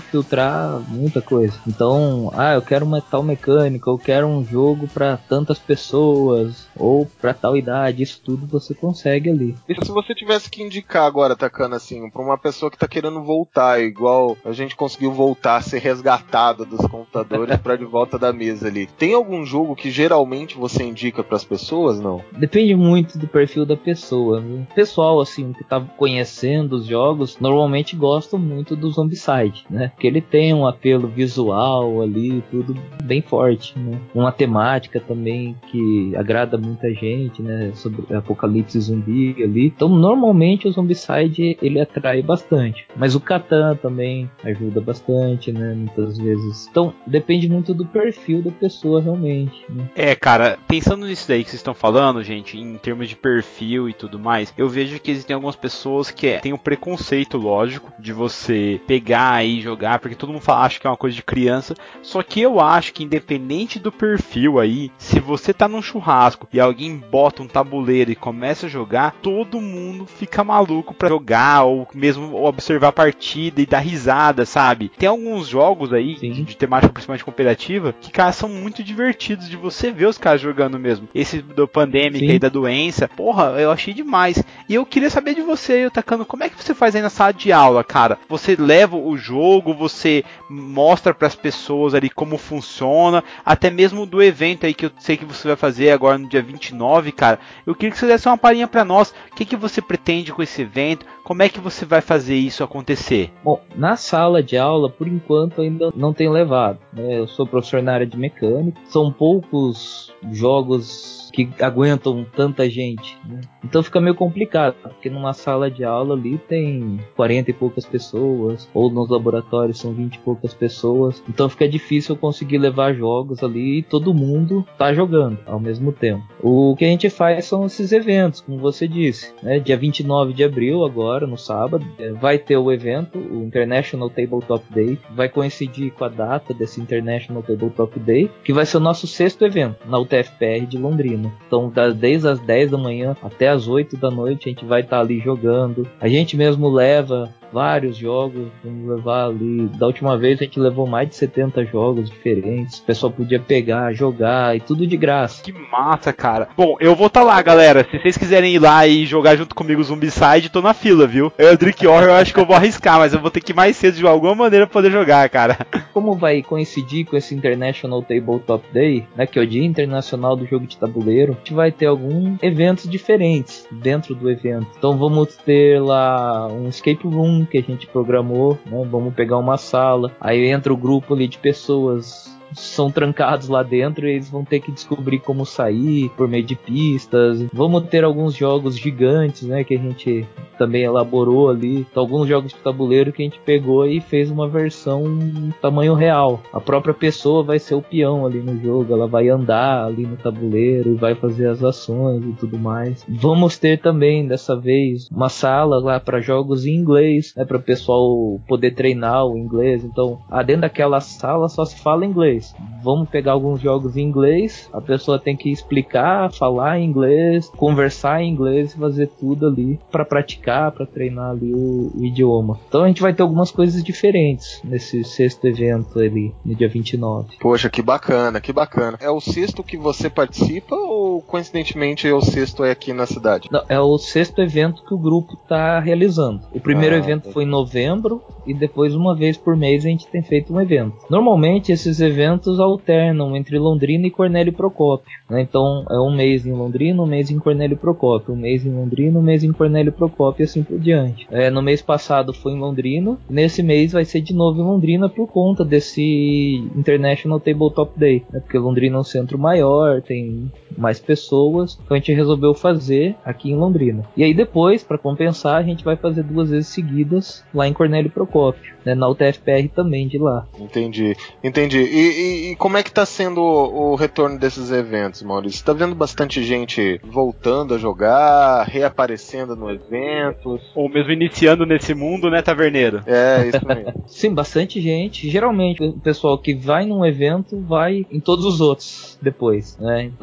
filtrar muita coisa. Então, ah, eu quero uma tal mecânica, eu quero um jogo para tantas pessoas ou para tal idade, isso tudo você consegue ali. E se você tivesse que indicar agora, Takana, assim, pra uma pessoa que tá querendo voltar, igual a gente conseguiu voltar a ser resgatado dos computadores pra de volta da mesa ali, tem algum jogo que geralmente você indica pras pessoas, não? Depende muito do perfil da pessoa, viu? Pessoal, assim, que tá conhecendo os jogos, normalmente gosta muito do Zombicide, né? Porque ele tem um apelo visual ali, tudo bem forte, né? Uma temática também que agrada muita gente, né? Sobre apocalipse zumbi ali. Então, normalmente o Zombicide, ele atrai bastante. Mas o Catan também ajuda bastante, né? Muitas vezes. Então, depende muito do perfil da pessoa, realmente, né? É, cara, pensando nisso daí que vocês estão falando, gente, em termos de perfil e tudo mais, eu vejo que existem algumas pessoas que é, tem um preconceito, lógico, de você pegar e jogar, porque todo mundo fala, acha que é uma coisa de criança, só que eu acho que independente do perfil aí, se você tá num churrasco e alguém bota um tabuleiro e começa a jogar, todo mundo fica maluco pra jogar, ou mesmo observar a partida e dar risada, sabe? Tem alguns jogos aí, de, de temática principalmente cooperativa, que, cara, são muito divertidos de você ver os caras jogando mesmo. Esse do Pandemic aí, da doença, porra, eu achei demais. E eu queria saber de você, Takano, como é que você faz aí na sala de aula, cara? Você leva o jogo, você mostra pras pessoas ali como funciona, até mesmo do evento aí que eu sei que você vai fazer agora no dia vinte e nove, cara. Eu queria que você desse uma palhinha pra nós. O que, que você pretende com esse evento? Como é que você vai fazer isso acontecer? Bom, na sala de aula, por enquanto, ainda não tenho levado, né? Eu sou professor na área de mecânica. São poucos jogos que aguentam tanta gente, né? Então fica meio complicado, porque numa sala de aula ali tem quarenta e poucas pessoas, ou nos laboratórios são vinte e poucas pessoas, então fica difícil eu conseguir levar jogos ali e todo mundo tá jogando ao mesmo tempo. O que a gente faz são esses eventos, como você disse, né? Dia vinte e nove de abril, agora no sábado, vai ter o evento, o International Tabletop Day, vai coincidir com a data desse International Tabletop Day, que vai ser o nosso sexto evento na U T F P R de Londrina. Então, desde as dez da manhã até as oito da noite, a gente vai estar ali jogando. A gente mesmo leva vários jogos, vamos levar ali. Da última vez a gente levou mais de setenta jogos diferentes. O pessoal podia pegar, jogar e tudo de graça. Que massa, cara. Bom, eu vou estar tá lá, galera. Se vocês quiserem ir lá e jogar junto comigo o Zombicide, tô na fila, viu? Eu e o Drake Horror, eu acho que eu vou arriscar, mas eu vou ter que ir mais cedo de alguma maneira poder jogar, cara. Como vai coincidir com esse International Tabletop Day, né, que é o Dia Internacional do Jogo de Tabuleiro, a gente vai ter alguns eventos diferentes dentro do evento. Então vamos ter lá um escape room que a gente programou, né? Vamos pegar uma sala, aí entra o grupo ali de pessoas, são trancados lá dentro e eles vão ter que descobrir como sair por meio de pistas. Vamos ter alguns jogos gigantes, né, que a gente também elaborou ali. Então, alguns jogos de tabuleiro que a gente pegou e fez uma versão tamanho real. A própria pessoa vai ser o peão ali no jogo, ela vai andar ali no tabuleiro e vai fazer as ações e tudo mais. Vamos ter também, dessa vez, uma sala lá para jogos em inglês, né, para o pessoal poder treinar o inglês. Então, dentro daquela sala só se fala inglês. Vamos pegar alguns jogos em inglês, a pessoa tem que explicar, falar em inglês, conversar em inglês e fazer tudo ali para praticar, para treinar ali o, o idioma. Então a gente vai ter algumas coisas diferentes nesse sexto evento ali, no dia vinte e nove. Poxa, que bacana, que bacana. É o sexto que você participa ou coincidentemente é o sexto é aqui na cidade? Não, é o sexto evento que o grupo está realizando. O primeiro ah, evento foi em novembro e depois uma vez por mês a gente tem feito um evento. Normalmente esses eventos alternam entre Londrina e Cornélio Procópio, né? Então é um mês em Londrina, um mês em Cornélio Procópio, um mês em Londrina, um mês em Cornélio Procópio e assim por diante. É, no mês passado foi em Londrina, nesse mês vai ser de novo em Londrina por conta desse International Tabletop Day, né? Porque Londrina é um centro maior, tem mais pessoas, então a gente resolveu fazer aqui em Londrina. E aí depois, para compensar, a gente vai fazer duas vezes seguidas lá em Cornélio Procópio, né? Na U T F P R também de lá. Entendi, entendi. E, e, e como é que tá sendo o, o retorno desses eventos, Maurício? Você tá vendo bastante gente voltando a jogar, reaparecendo no evento? Ou mesmo iniciando nesse mundo, né, taverneiro? É, isso mesmo. Sim, bastante gente. Geralmente o pessoal que vai num evento vai em todos os outros depois, né? Então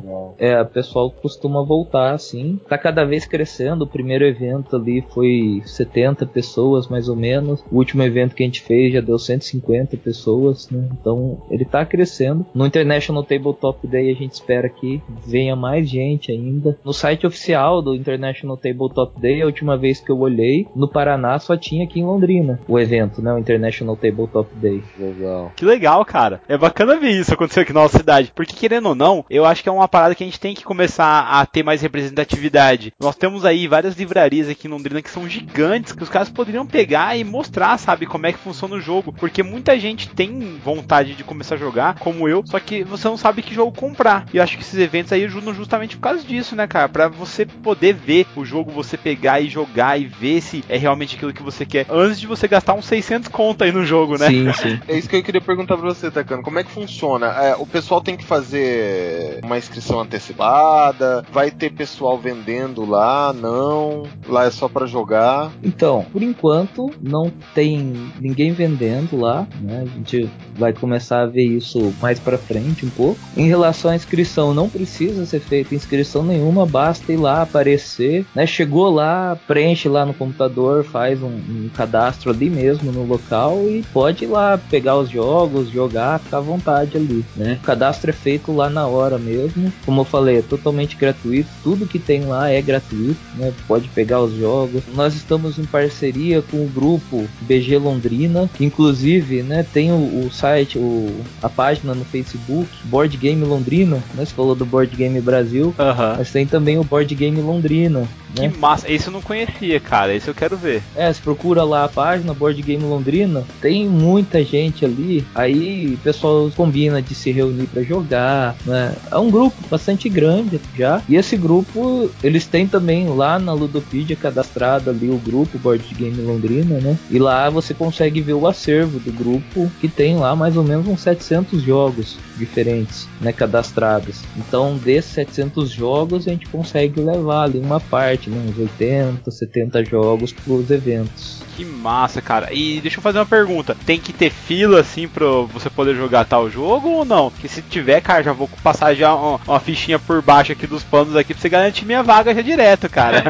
Legal. É, o pessoal costuma voltar, assim. Tá cada vez crescendo. O primeiro evento ali foi setenta pessoas, mais ou menos. O último evento que a gente fez já deu cento e cinquenta pessoas, né? Então, ele tá crescendo. No International Tabletop Day a gente espera que venha mais gente ainda. No site oficial do International Tabletop Day, a última vez que eu olhei, no Paraná só tinha aqui em Londrina o evento, né? O International Tabletop Day. Legal. Que legal, cara. É bacana ver isso acontecer aqui na nossa cidade. Porque, querendo ou não, eu acho que é uma parada que a gente tem que começar a ter mais representatividade. Nós temos aí várias livrarias aqui em Londrina que são gigantes, que os caras poderiam pegar e mostrar, sabe, como é que funciona o jogo. Porque muita gente tem vontade de começar a jogar, como eu, só que você não sabe que jogo comprar. E eu acho que esses eventos aí ajudam justamente por causa disso, né, cara? Pra você poder ver o jogo, você pegar e jogar e ver se é realmente aquilo que você quer, antes de você gastar uns seiscentos conto aí no jogo, né? Sim, sim. É isso que eu queria perguntar pra você, Takano. Como é que funciona? É, o pessoal tem que fazer uma inscrição antecipada? Vai ter pessoal vendendo lá? Não? Lá é só pra jogar? Então, por enquanto, não tem ninguém vendendo lá, né? A gente vai começar a ver isso mais pra frente um pouco. Em relação à inscrição, não precisa ser feita inscrição nenhuma, basta ir lá, aparecer, né? Chegou lá, preenche lá no computador, faz um, um cadastro ali mesmo no local e pode ir lá pegar os jogos, jogar, ficar à vontade ali, né? O cadastro é feito lá na hora mesmo. Como eu falei, é totalmente gratuito, tudo que tem lá é gratuito, né? Pode pegar os jogos. Nós estamos em parceria com o grupo B G Londrina, que inclusive, né, tem o, o site, o, a página no Facebook, Board Game Londrina, né? Você falou do Board Game Brasil, Aham. mas tem também o Board Game Londrina, Que né? massa, esse eu não conhecia, cara, esse eu quero ver. É, você procura lá a página Board Game Londrina, tem muita gente ali, aí o pessoal combina de se reunir pra jogar, né? É um grupo bastante grande já, e esse grupo, eles têm também lá na Ludopedia cadastrado ali o grupo Board Game Londrina, né? E lá você consegue ver o acervo do grupo, que tem lá mais ou menos uns setecentos jogos diferentes, né, cadastrados. Então, desses setecentos jogos, a gente consegue levar ali uma parte, né, uns oitenta, setenta jogos pros eventos. Que massa, cara. E deixa eu fazer uma pergunta. Tem que ter fila, assim, pra você poder jogar tal jogo ou não? Porque se tiver, cara, já vou passar já uma, uma fichinha por baixo aqui dos panos aqui pra você garantir minha vaga já direto, cara.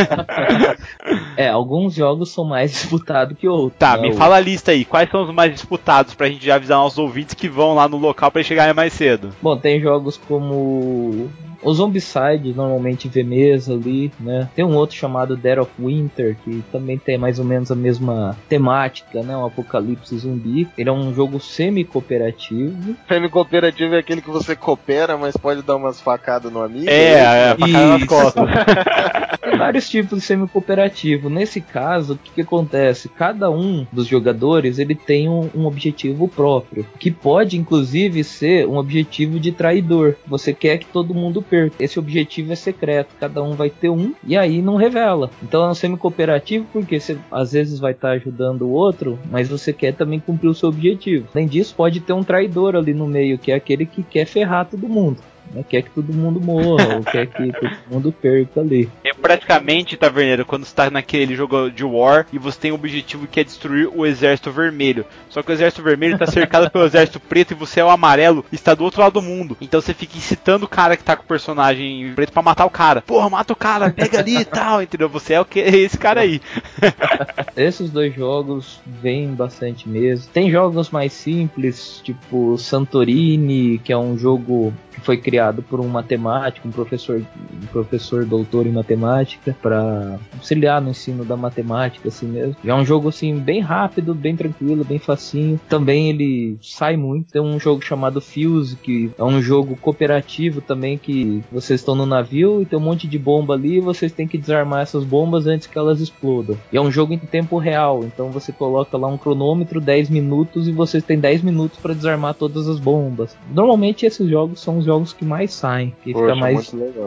É, alguns jogos são mais disputados que outros. Tá, né? me O- fala a lista aí. Quais são os mais disputados pra gente já avisar nossos ouvintes que vão lá no local pra eles chegarem mais cedo? Bom, tem jogos como o Zombicide, normalmente vê mesa ali, né? Tem um outro chamado Dead of Winter, que também tem mais ou menos a mesma temática, né? Um apocalipse zumbi. Ele é um jogo semi-cooperativo. Semi-cooperativo é aquele que você coopera, mas pode dar umas facadas no amigo? É, é, facada nas Isso. costas. Tem vários tipos de semi-cooperativo. Nesse caso, o que, que acontece? Cada um dos jogadores ele tem um, um objetivo próprio, que pode inclusive ser um objetivo de traidor. Você quer que todo mundo perca. Esse objetivo é secreto, cada um vai ter um e aí não revela. Então é um semi-cooperativo porque você às vezes vai estar ajudando o outro, mas você quer também cumprir o seu objetivo. Além disso, pode ter um traidor ali no meio, que é aquele que quer ferrar todo mundo. Né? Quer que todo mundo morra, ou quer que todo mundo perca ali. É praticamente, Taverneiro, quando você tá naquele jogo de War e você tem o objetivo que é destruir o Exército Vermelho. Só que o Exército Vermelho tá cercado pelo Exército Preto e você é o amarelo e está do outro lado do mundo. Então você fica incitando o cara que tá com o personagem preto pra matar o cara. Porra, mata o cara, pega ali e tal, entendeu? Você é o que? Esse cara aí. Esses dois jogos vêm bastante mesmo. Tem jogos mais simples, tipo Santorini, que é um jogo que foi criado por um matemático, um professor, um professor doutor em matemática, para auxiliar no ensino da matemática, assim mesmo. E é um jogo assim bem rápido, bem tranquilo, bem facinho. Também ele sai muito. Tem um jogo chamado Fuse, que é um jogo cooperativo também, que vocês estão no navio e tem um monte de bomba ali e vocês têm que desarmar essas bombas antes que elas explodam. E é um jogo em tempo real, então você coloca lá um cronômetro, dez minutos, e vocês têm dez minutos para desarmar todas as bombas. Normalmente esses jogos são os jogos que mais saem, que Poxa, fica mais muito legal. é,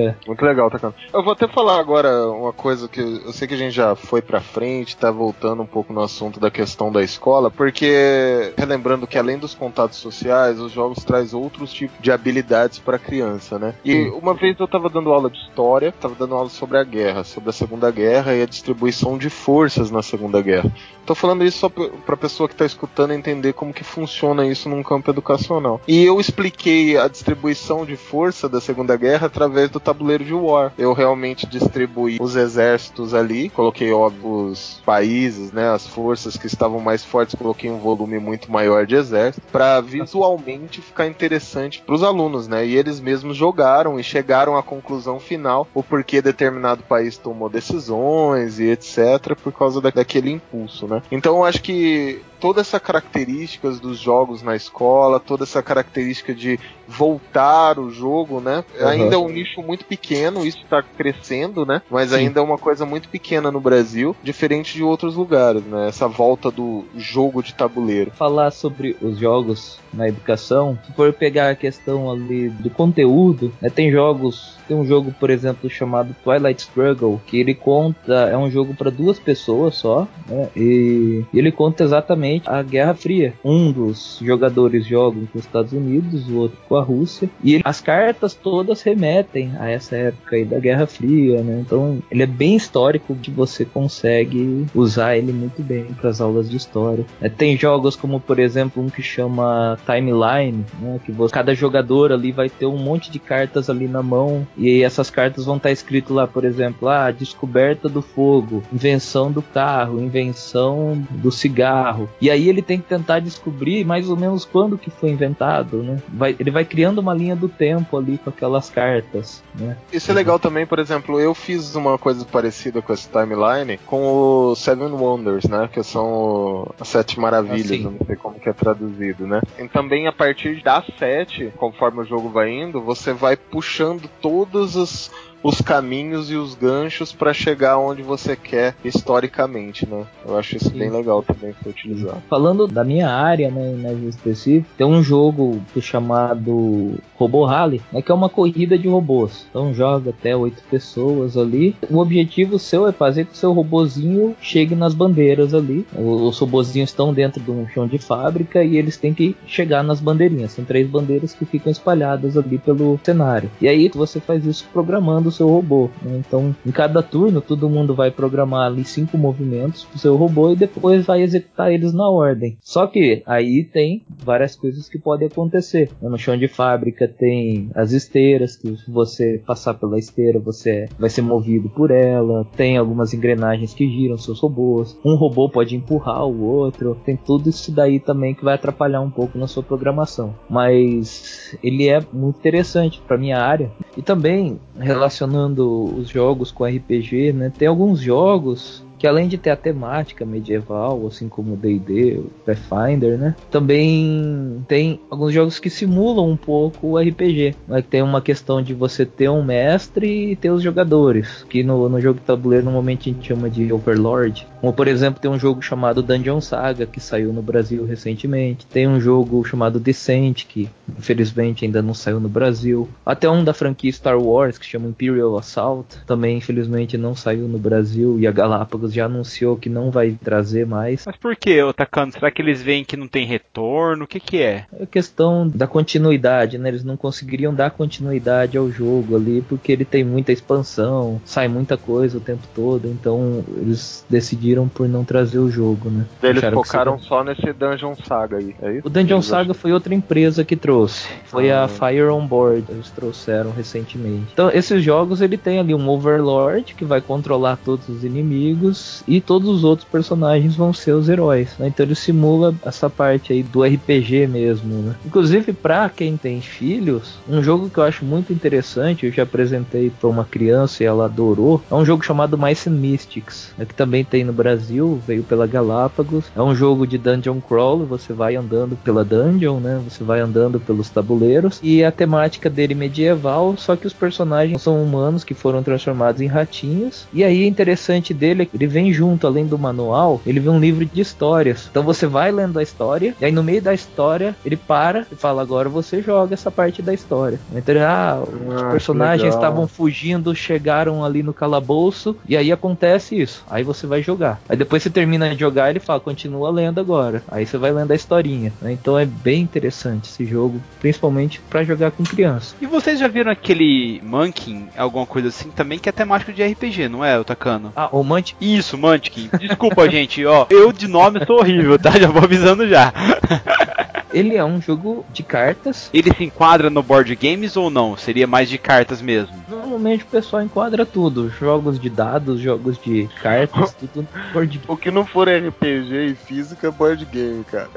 É. Muito legal, Takano. Eu vou até falar agora uma coisa que eu sei que a gente já foi pra frente, tá voltando um pouco no assunto da questão da escola, porque, relembrando que além dos contatos sociais, os jogos traz outros tipos de habilidades pra criança, né? E uma vez eu tava dando aula de história, tava dando aula sobre a guerra, sobre a Segunda Guerra e a distribuição de forças na Segunda Guerra. Tô falando isso só pra pessoa que tá escutando entender como que funciona isso num campo educacional. E eu expliquei a distribuição de força da Segunda Guerra através do tabuleiro de War. Eu realmente distribuí os exércitos ali, coloquei óbvio os países, né, as forças que estavam mais fortes, coloquei um volume muito maior de exército, para visualmente ficar interessante para os alunos, né? E eles mesmos jogaram e chegaram à conclusão final, o porquê determinado país tomou decisões e etc, por causa da, daquele impulso, né? Então eu acho que toda essa característica dos jogos na escola, toda essa característica de voltar o jogo, né? Uhum. Ainda é um nicho muito pequeno, isso está crescendo, né? Mas Sim. ainda é uma coisa muito pequena no Brasil, diferente de outros lugares, né? Essa volta do jogo de tabuleiro. Falar sobre os jogos na educação, se for pegar a questão ali do conteúdo, né? Tem jogos, tem um jogo, por exemplo, chamado Twilight Struggle, que ele conta, é um jogo para duas pessoas só, né? E ele conta exatamente a Guerra Fria. Um dos jogadores joga com os Estados Unidos, o outro com a Rússia, e ele, as cartas todas remetem a essa época aí da Guerra Fria, né? Então ele é bem histórico, que você consegue usar ele muito bem para as aulas de história. É, tem jogos como, por exemplo, um que chama Timeline, né? Que você, cada jogador ali vai ter um monte de cartas ali na mão, e essas cartas vão estar escrito lá, por exemplo, ah, descoberta do fogo, invenção do carro, invenção do cigarro. E aí ele tem que tentar descobrir mais ou menos quando que foi inventado, né? Vai, ele vai criando uma linha do tempo ali com aquelas cartas, né? Isso é legal também, por exemplo, eu fiz uma coisa parecida com esse Timeline com o Seven Wonders, né? Que são as Sete Maravilhas, ah, eu não sei como que é traduzido, né? E também a partir das sete, conforme o jogo vai indo, você vai puxando todos os os caminhos e os ganchos para chegar onde você quer historicamente, né? Eu acho isso Sim. bem legal também para utilizar. Falando da minha área, né, mais específico, tem um jogo chamado Robo Rally, né, que é uma corrida de robôs. Então joga até oito pessoas ali. O objetivo seu é fazer com que o seu robozinho chegue nas bandeiras ali. Os robozinhos estão dentro de um chão de fábrica e eles têm que chegar nas bandeirinhas. São três bandeiras que ficam espalhadas ali pelo cenário. E aí você faz isso programando seu robô, né? Então em cada turno todo mundo vai programar ali cinco movimentos pro seu robô e depois vai executar eles na ordem. Só que aí tem várias coisas que podem acontecer. No chão de fábrica tem as esteiras, que se você passar pela esteira você vai ser movido por ela. Tem algumas engrenagens que giram seus robôs. Um robô pode empurrar o outro. Tem tudo isso daí também que vai atrapalhar um pouco na sua programação. Mas ele é muito interessante para minha área. E também relacionado relacionando os jogos com R P G, né? Tem alguns jogos que além de ter a temática medieval, assim como o D e D, o Pathfinder, né? Também tem alguns jogos que simulam um pouco o R P G. Né? Tem uma questão de você ter um mestre e ter os jogadores, que no, no jogo de tabuleiro normalmente a gente chama de Overlord. Como por exemplo, tem um jogo chamado Dungeon Saga, que saiu no Brasil recentemente. Tem um jogo chamado Descent, que infelizmente ainda não saiu no Brasil. Até um da franquia Star Wars, que chama Imperial Assault, também infelizmente não saiu no Brasil, e a Galápagos já anunciou que não vai trazer mais. Mas por que, Takano? Será que eles veem que não tem retorno? O que que é? É questão da continuidade, né? Eles não conseguiriam dar continuidade ao jogo ali, porque ele tem muita expansão, sai muita coisa o tempo todo, então eles decidiram por não trazer o jogo, né? Eles Acharam focaram só nesse Dungeon Saga aí, é isso? O Dungeon eles Saga acham... foi outra empresa que trouxe, foi ah. a Fire on Board, eles trouxeram recentemente. Então esses jogos, ele tem ali um Overlord que vai controlar todos os inimigos, e todos os outros personagens vão ser os heróis, né? Então ele simula essa parte aí do R P G mesmo, né? Inclusive pra quem tem filhos, um jogo que eu acho muito interessante, eu já apresentei pra uma criança e ela adorou, é um jogo chamado Mice and Mystics, né? Que também tem no Brasil, veio pela Galápagos. É um jogo de dungeon crawl, você vai andando pela dungeon, né? Você vai andando pelos tabuleiros, e a temática dele medieval, só que os personagens são humanos que foram transformados em ratinhos, e aí o interessante dele é que ele vem junto, além do manual, ele vem um livro de histórias. Então você vai lendo a história, e aí no meio da história, ele para e fala, agora você joga essa parte da história. Então, ah, os Ah, personagens estavam fugindo, chegaram ali no calabouço, e aí acontece isso. Aí você vai jogar. Aí depois você termina de jogar, ele fala, continua lendo agora. Aí você vai lendo a historinha, né? Então é bem interessante esse jogo, principalmente pra jogar com criança. E vocês já viram aquele Munchkin, alguma coisa assim também, que é temático de R P G, não é, Takano? Ah, o Munchkin? Isso, Munchkin. Desculpa, gente, ó, eu de nome sou horrível, tá? Já vou avisando já. Ele é um jogo de cartas. Ele se enquadra no board games ou não? Seria mais de cartas mesmo? Normalmente o pessoal enquadra tudo. Jogos de dados, jogos de cartas, tudo no board game. O que não for R P G e física é board game, cara.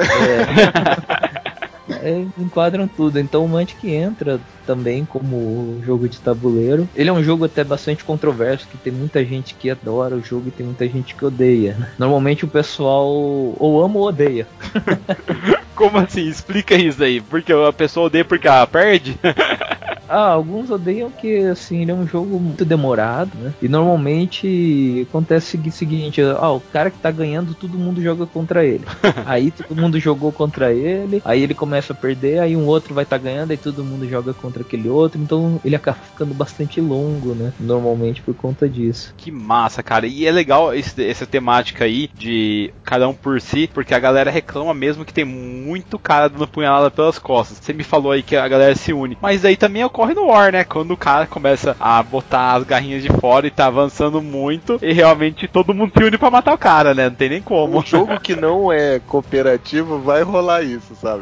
É. É, enquadram tudo. Então o Munchkin entra também como jogo de tabuleiro. Ele é um jogo até bastante controverso, que tem muita gente que adora o jogo e tem muita gente que odeia. Normalmente o pessoal ou ama ou odeia. Como assim? Explica isso aí. Porque a pessoa odeia porque ela perde? Ah, alguns odeiam que, assim, ele é um jogo muito demorado, né? E normalmente acontece o seguinte, ah, o cara que tá ganhando, todo mundo joga contra ele. Aí todo mundo jogou contra ele, aí ele começa a perder, aí um outro vai estar tá ganhando, aí todo mundo joga contra aquele outro, então ele acaba ficando bastante longo, né? Normalmente por conta disso. Que massa, cara. E é legal esse, essa temática aí de cada um por si, porque a galera reclama mesmo que tem muito cara dando punhalada pelas costas. Você me falou aí que a galera se une, mas aí também é corre no War, né? Quando o cara começa a botar as garrinhas de fora e tá avançando muito, e realmente todo mundo se une pra matar o cara, né? Não tem nem como. Um jogo que não é cooperativo vai rolar isso, sabe?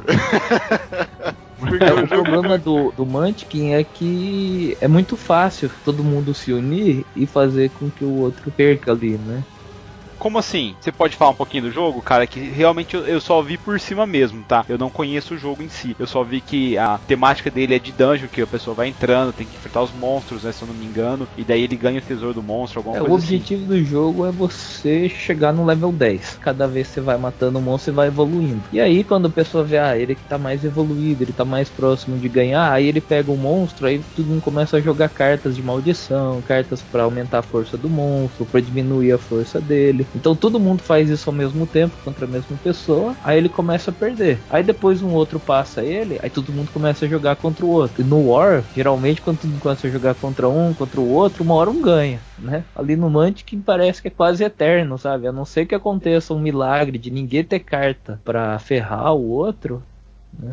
Porque é, o problema do, do Munchkin é que é muito fácil todo mundo se unir e fazer com que o outro perca ali, né? Como assim? Você pode falar um pouquinho do jogo, cara? Que realmente eu, eu só vi por cima mesmo, tá? Eu não conheço o jogo em si. Eu só vi que a temática dele é de dungeon, que a pessoa vai entrando, tem que enfrentar os monstros, né? Se eu não me engano. E daí ele ganha o tesouro do monstro, alguma é, coisa o objetivo assim. do jogo é você chegar no level dez. Cada vez que você vai matando o monstro, você vai evoluindo. E aí, quando a pessoa vê, ah, ele que tá mais evoluído, ele tá mais próximo de ganhar, aí ele pega o monstro, aí todo mundo começa a jogar cartas de maldição, cartas pra aumentar a força do monstro, pra diminuir a força dele. Então todo mundo faz isso ao mesmo tempo contra a mesma pessoa, aí ele começa a perder. Aí depois um outro passa ele, aí todo mundo começa a jogar contra o outro. E no War, geralmente quando todo mundo começa a jogar contra um, contra o outro, uma hora um ganha, né? Ali no Munchkin parece que é quase eterno, sabe? A não ser que aconteça um milagre de ninguém ter carta pra ferrar o outro, né?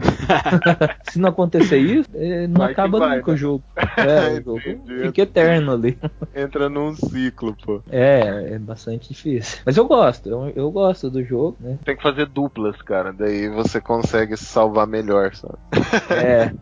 Se não acontecer isso, não vai acaba vai, nunca, né? O jogo. É, o jogo fica eterno ali. Entra num ciclo, pô. É, é bastante difícil. Mas eu gosto, eu, eu gosto do jogo, né? Tem que fazer duplas, cara. Daí você consegue se salvar melhor, sabe? É.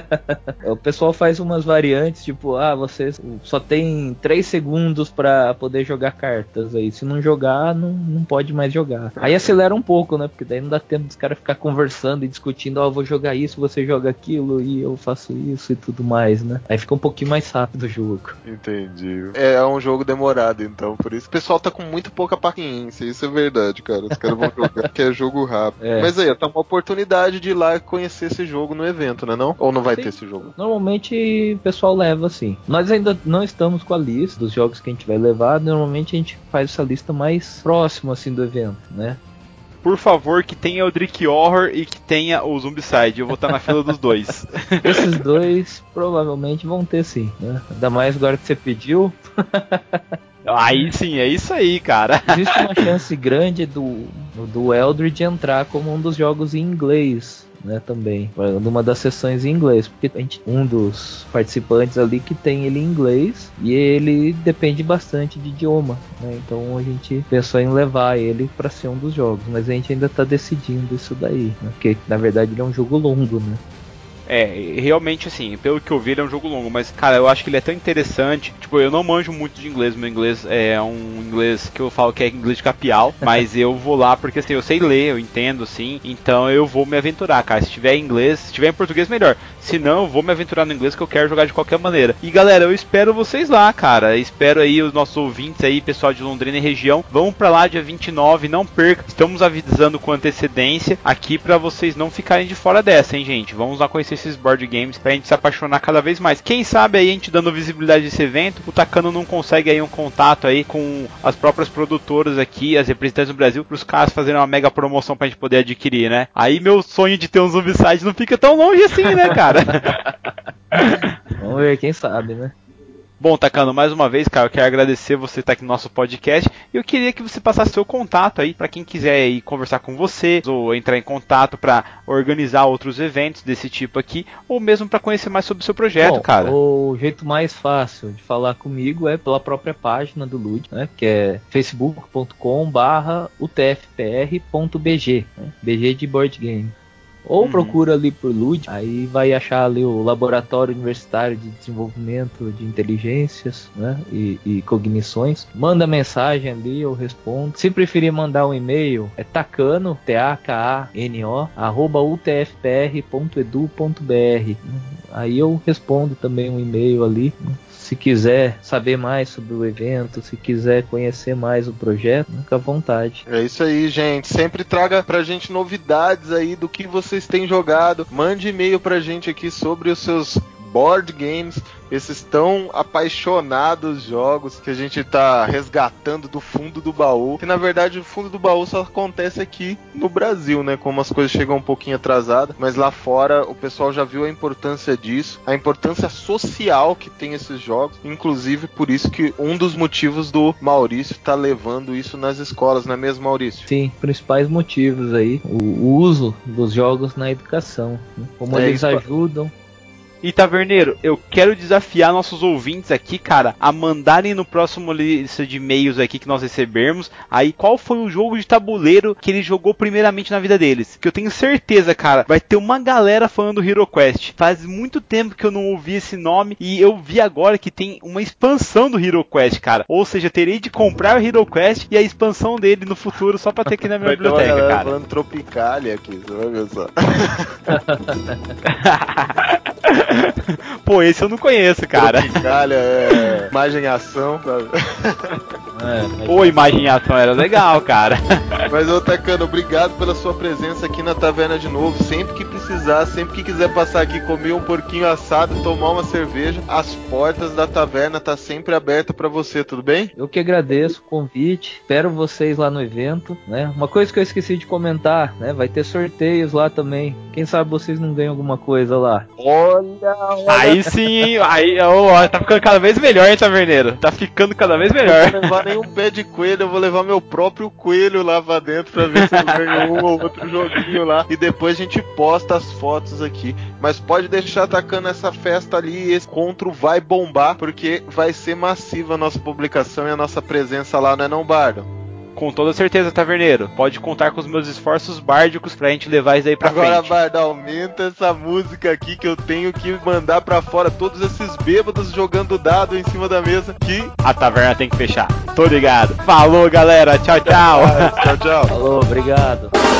O pessoal faz umas variantes, tipo, ah, você só tem três segundos pra poder jogar cartas aí. Se não jogar, não, não pode mais jogar. Aí acelera um pouco, né? Porque daí não dá tempo dos caras ficar conversando e discutindo, ó, oh, eu vou jogar isso, você joga aquilo e eu faço isso e tudo mais, né? Aí fica um pouquinho mais rápido o jogo. Entendi. É, é um jogo demorado, então, por isso o pessoal tá com muito pouca paciência, isso é verdade, cara. Os caras vão jogar que é jogo rápido. É. Mas aí, tá uma oportunidade de ir lá conhecer esse jogo no evento, né não? Ou não vai Sim. ter esse jogo? Normalmente o pessoal leva, assim. Nós ainda não estamos com a lista dos jogos que a gente vai levar, normalmente a gente faz essa lista mais próxima, assim, do evento, né? Por favor, que tenha o Drick Horror e que tenha o Zombicide. Eu vou estar na fila dos dois. Esses dois provavelmente vão ter sim, né? Ainda mais agora que você pediu. Aí sim, é isso aí, cara. Existe uma chance grande do, do Eldritch entrar como um dos jogos em inglês, né, também, numa das sessões em inglês, porque a gente, um dos participantes ali que tem ele em inglês e ele depende bastante de idioma, né, então a gente pensou em levar ele para ser um dos jogos, mas a gente ainda tá decidindo isso daí, né, porque na verdade ele é um jogo longo, né. É, realmente assim, pelo que eu vi ele é um jogo longo, mas cara, eu acho que ele é tão interessante, tipo, eu não manjo muito de inglês, meu inglês é um inglês que eu falo que é inglês de capial, mas eu vou lá porque assim, eu sei ler, eu entendo assim, então eu vou me aventurar, cara, se tiver em inglês, se tiver em português melhor, se não, eu vou me aventurar no inglês que eu quero jogar de qualquer maneira. E galera, eu espero vocês lá, cara, espero aí os nossos ouvintes aí, pessoal de Londrina e região, vamos pra lá dia vinte e nove, não perca, estamos avisando com antecedência aqui pra vocês não ficarem de fora dessa, hein gente, vamos lá conhecer conhecer esses board games, pra gente se apaixonar cada vez mais. Quem sabe aí a gente dando visibilidade desse evento, o Takano não consegue aí um contato aí com as próprias produtoras aqui, as representantes do Brasil, pros caras fazerem uma mega promoção pra gente poder adquirir, né? Aí meu sonho de ter um Zombicide não fica tão longe assim, né, cara? Vamos ver, quem sabe, né? Bom, Takano, mais uma vez, cara, eu quero agradecer você estar aqui no nosso podcast e eu queria que você passasse seu contato aí para quem quiser aí conversar com você ou entrar em contato para organizar outros eventos desse tipo aqui ou mesmo para conhecer mais sobre o seu projeto. Bom, cara. O jeito mais fácil de falar comigo é pela própria página do Lud, né, que é facebook ponto com barra u t f p r ponto b g, né, B G de board game. Ou uhum. procura ali por Lud, aí vai achar ali o Laboratório Universitário de Desenvolvimento de Inteligências, né, e, e Cognições. Manda mensagem ali, eu respondo. Se preferir mandar um e-mail, é takano, T A K A N O, arroba u t f p r ponto e d u ponto b r. Aí eu respondo também um e-mail ali. Se quiser saber mais sobre o evento, se quiser conhecer mais o projeto, fica à vontade. É isso aí, gente. Sempre traga pra gente novidades aí do que vocês têm jogado. Mande e-mail pra gente aqui sobre os seus board games, esses tão apaixonados jogos que a gente tá resgatando do fundo do baú, que na verdade o fundo do baú só acontece aqui no Brasil, né, como as coisas chegam um pouquinho atrasadas, mas lá fora o pessoal já viu a importância disso, a importância social que tem esses jogos, inclusive por isso que um dos motivos do Maurício tá levando isso nas escolas, não é mesmo, Maurício? Sim, principais motivos aí, o, o uso dos jogos na educação, né? Como é, eles ajudam. E Taverneiro, eu quero desafiar nossos ouvintes aqui, cara, a mandarem no próximo lista de e-mails aqui que nós recebermos, aí qual foi o jogo de tabuleiro que ele jogou primeiramente na vida deles. Que eu tenho certeza, cara, vai ter uma galera falando do Hero Quest. Faz muito tempo que eu não ouvi esse nome e eu vi agora que tem uma expansão do Hero Quest, cara. Ou seja, terei de comprar o Hero Quest e a expansão dele no futuro só pra ter aqui na minha vai biblioteca, ter uma galera cara. falando Tropicalia aqui, você vai ver só. Pô, esse eu não conheço, cara. Tropicalia é imagem e ação, sabe? É, mas... Pô, imagem e ação era legal, cara. Mas, ô Takano, obrigado pela sua presença aqui na taverna de novo. Sempre que precisar, sempre que quiser passar aqui, comer um porquinho assado, tomar uma cerveja, as portas da taverna tá sempre abertas pra você, tudo bem? Eu que agradeço o convite, espero vocês lá no evento, né? Uma coisa que eu esqueci de comentar, né? Vai ter sorteios lá também. Quem sabe vocês não ganham alguma coisa lá. Olha, olha. Aí sim, hein? Aí, ó, tá ficando cada vez melhor, hein, Taverneiro? Tá ficando cada vez melhor. Eu não vou levar nenhum pé de coelho, eu vou levar meu próprio coelho lá pra dentro pra ver se eu ganho um ou outro joguinho lá. E depois a gente posta as fotos aqui. Mas pode deixar atacando essa festa ali, esse encontro vai bombar, porque vai ser massiva a nossa publicação e a nossa presença lá, não é não, Bardo? Com toda certeza, Taverneiro. Pode contar com os meus esforços bárdicos pra gente levar isso aí pra Agora, frente. Agora, Bardo, aumenta essa música aqui que eu tenho que mandar pra fora todos esses bêbados jogando dado em cima da mesa que... A taverna tem que fechar. Tô ligado. Falou, galera. Tchau, tchau. Tchau, tchau. Falou, obrigado.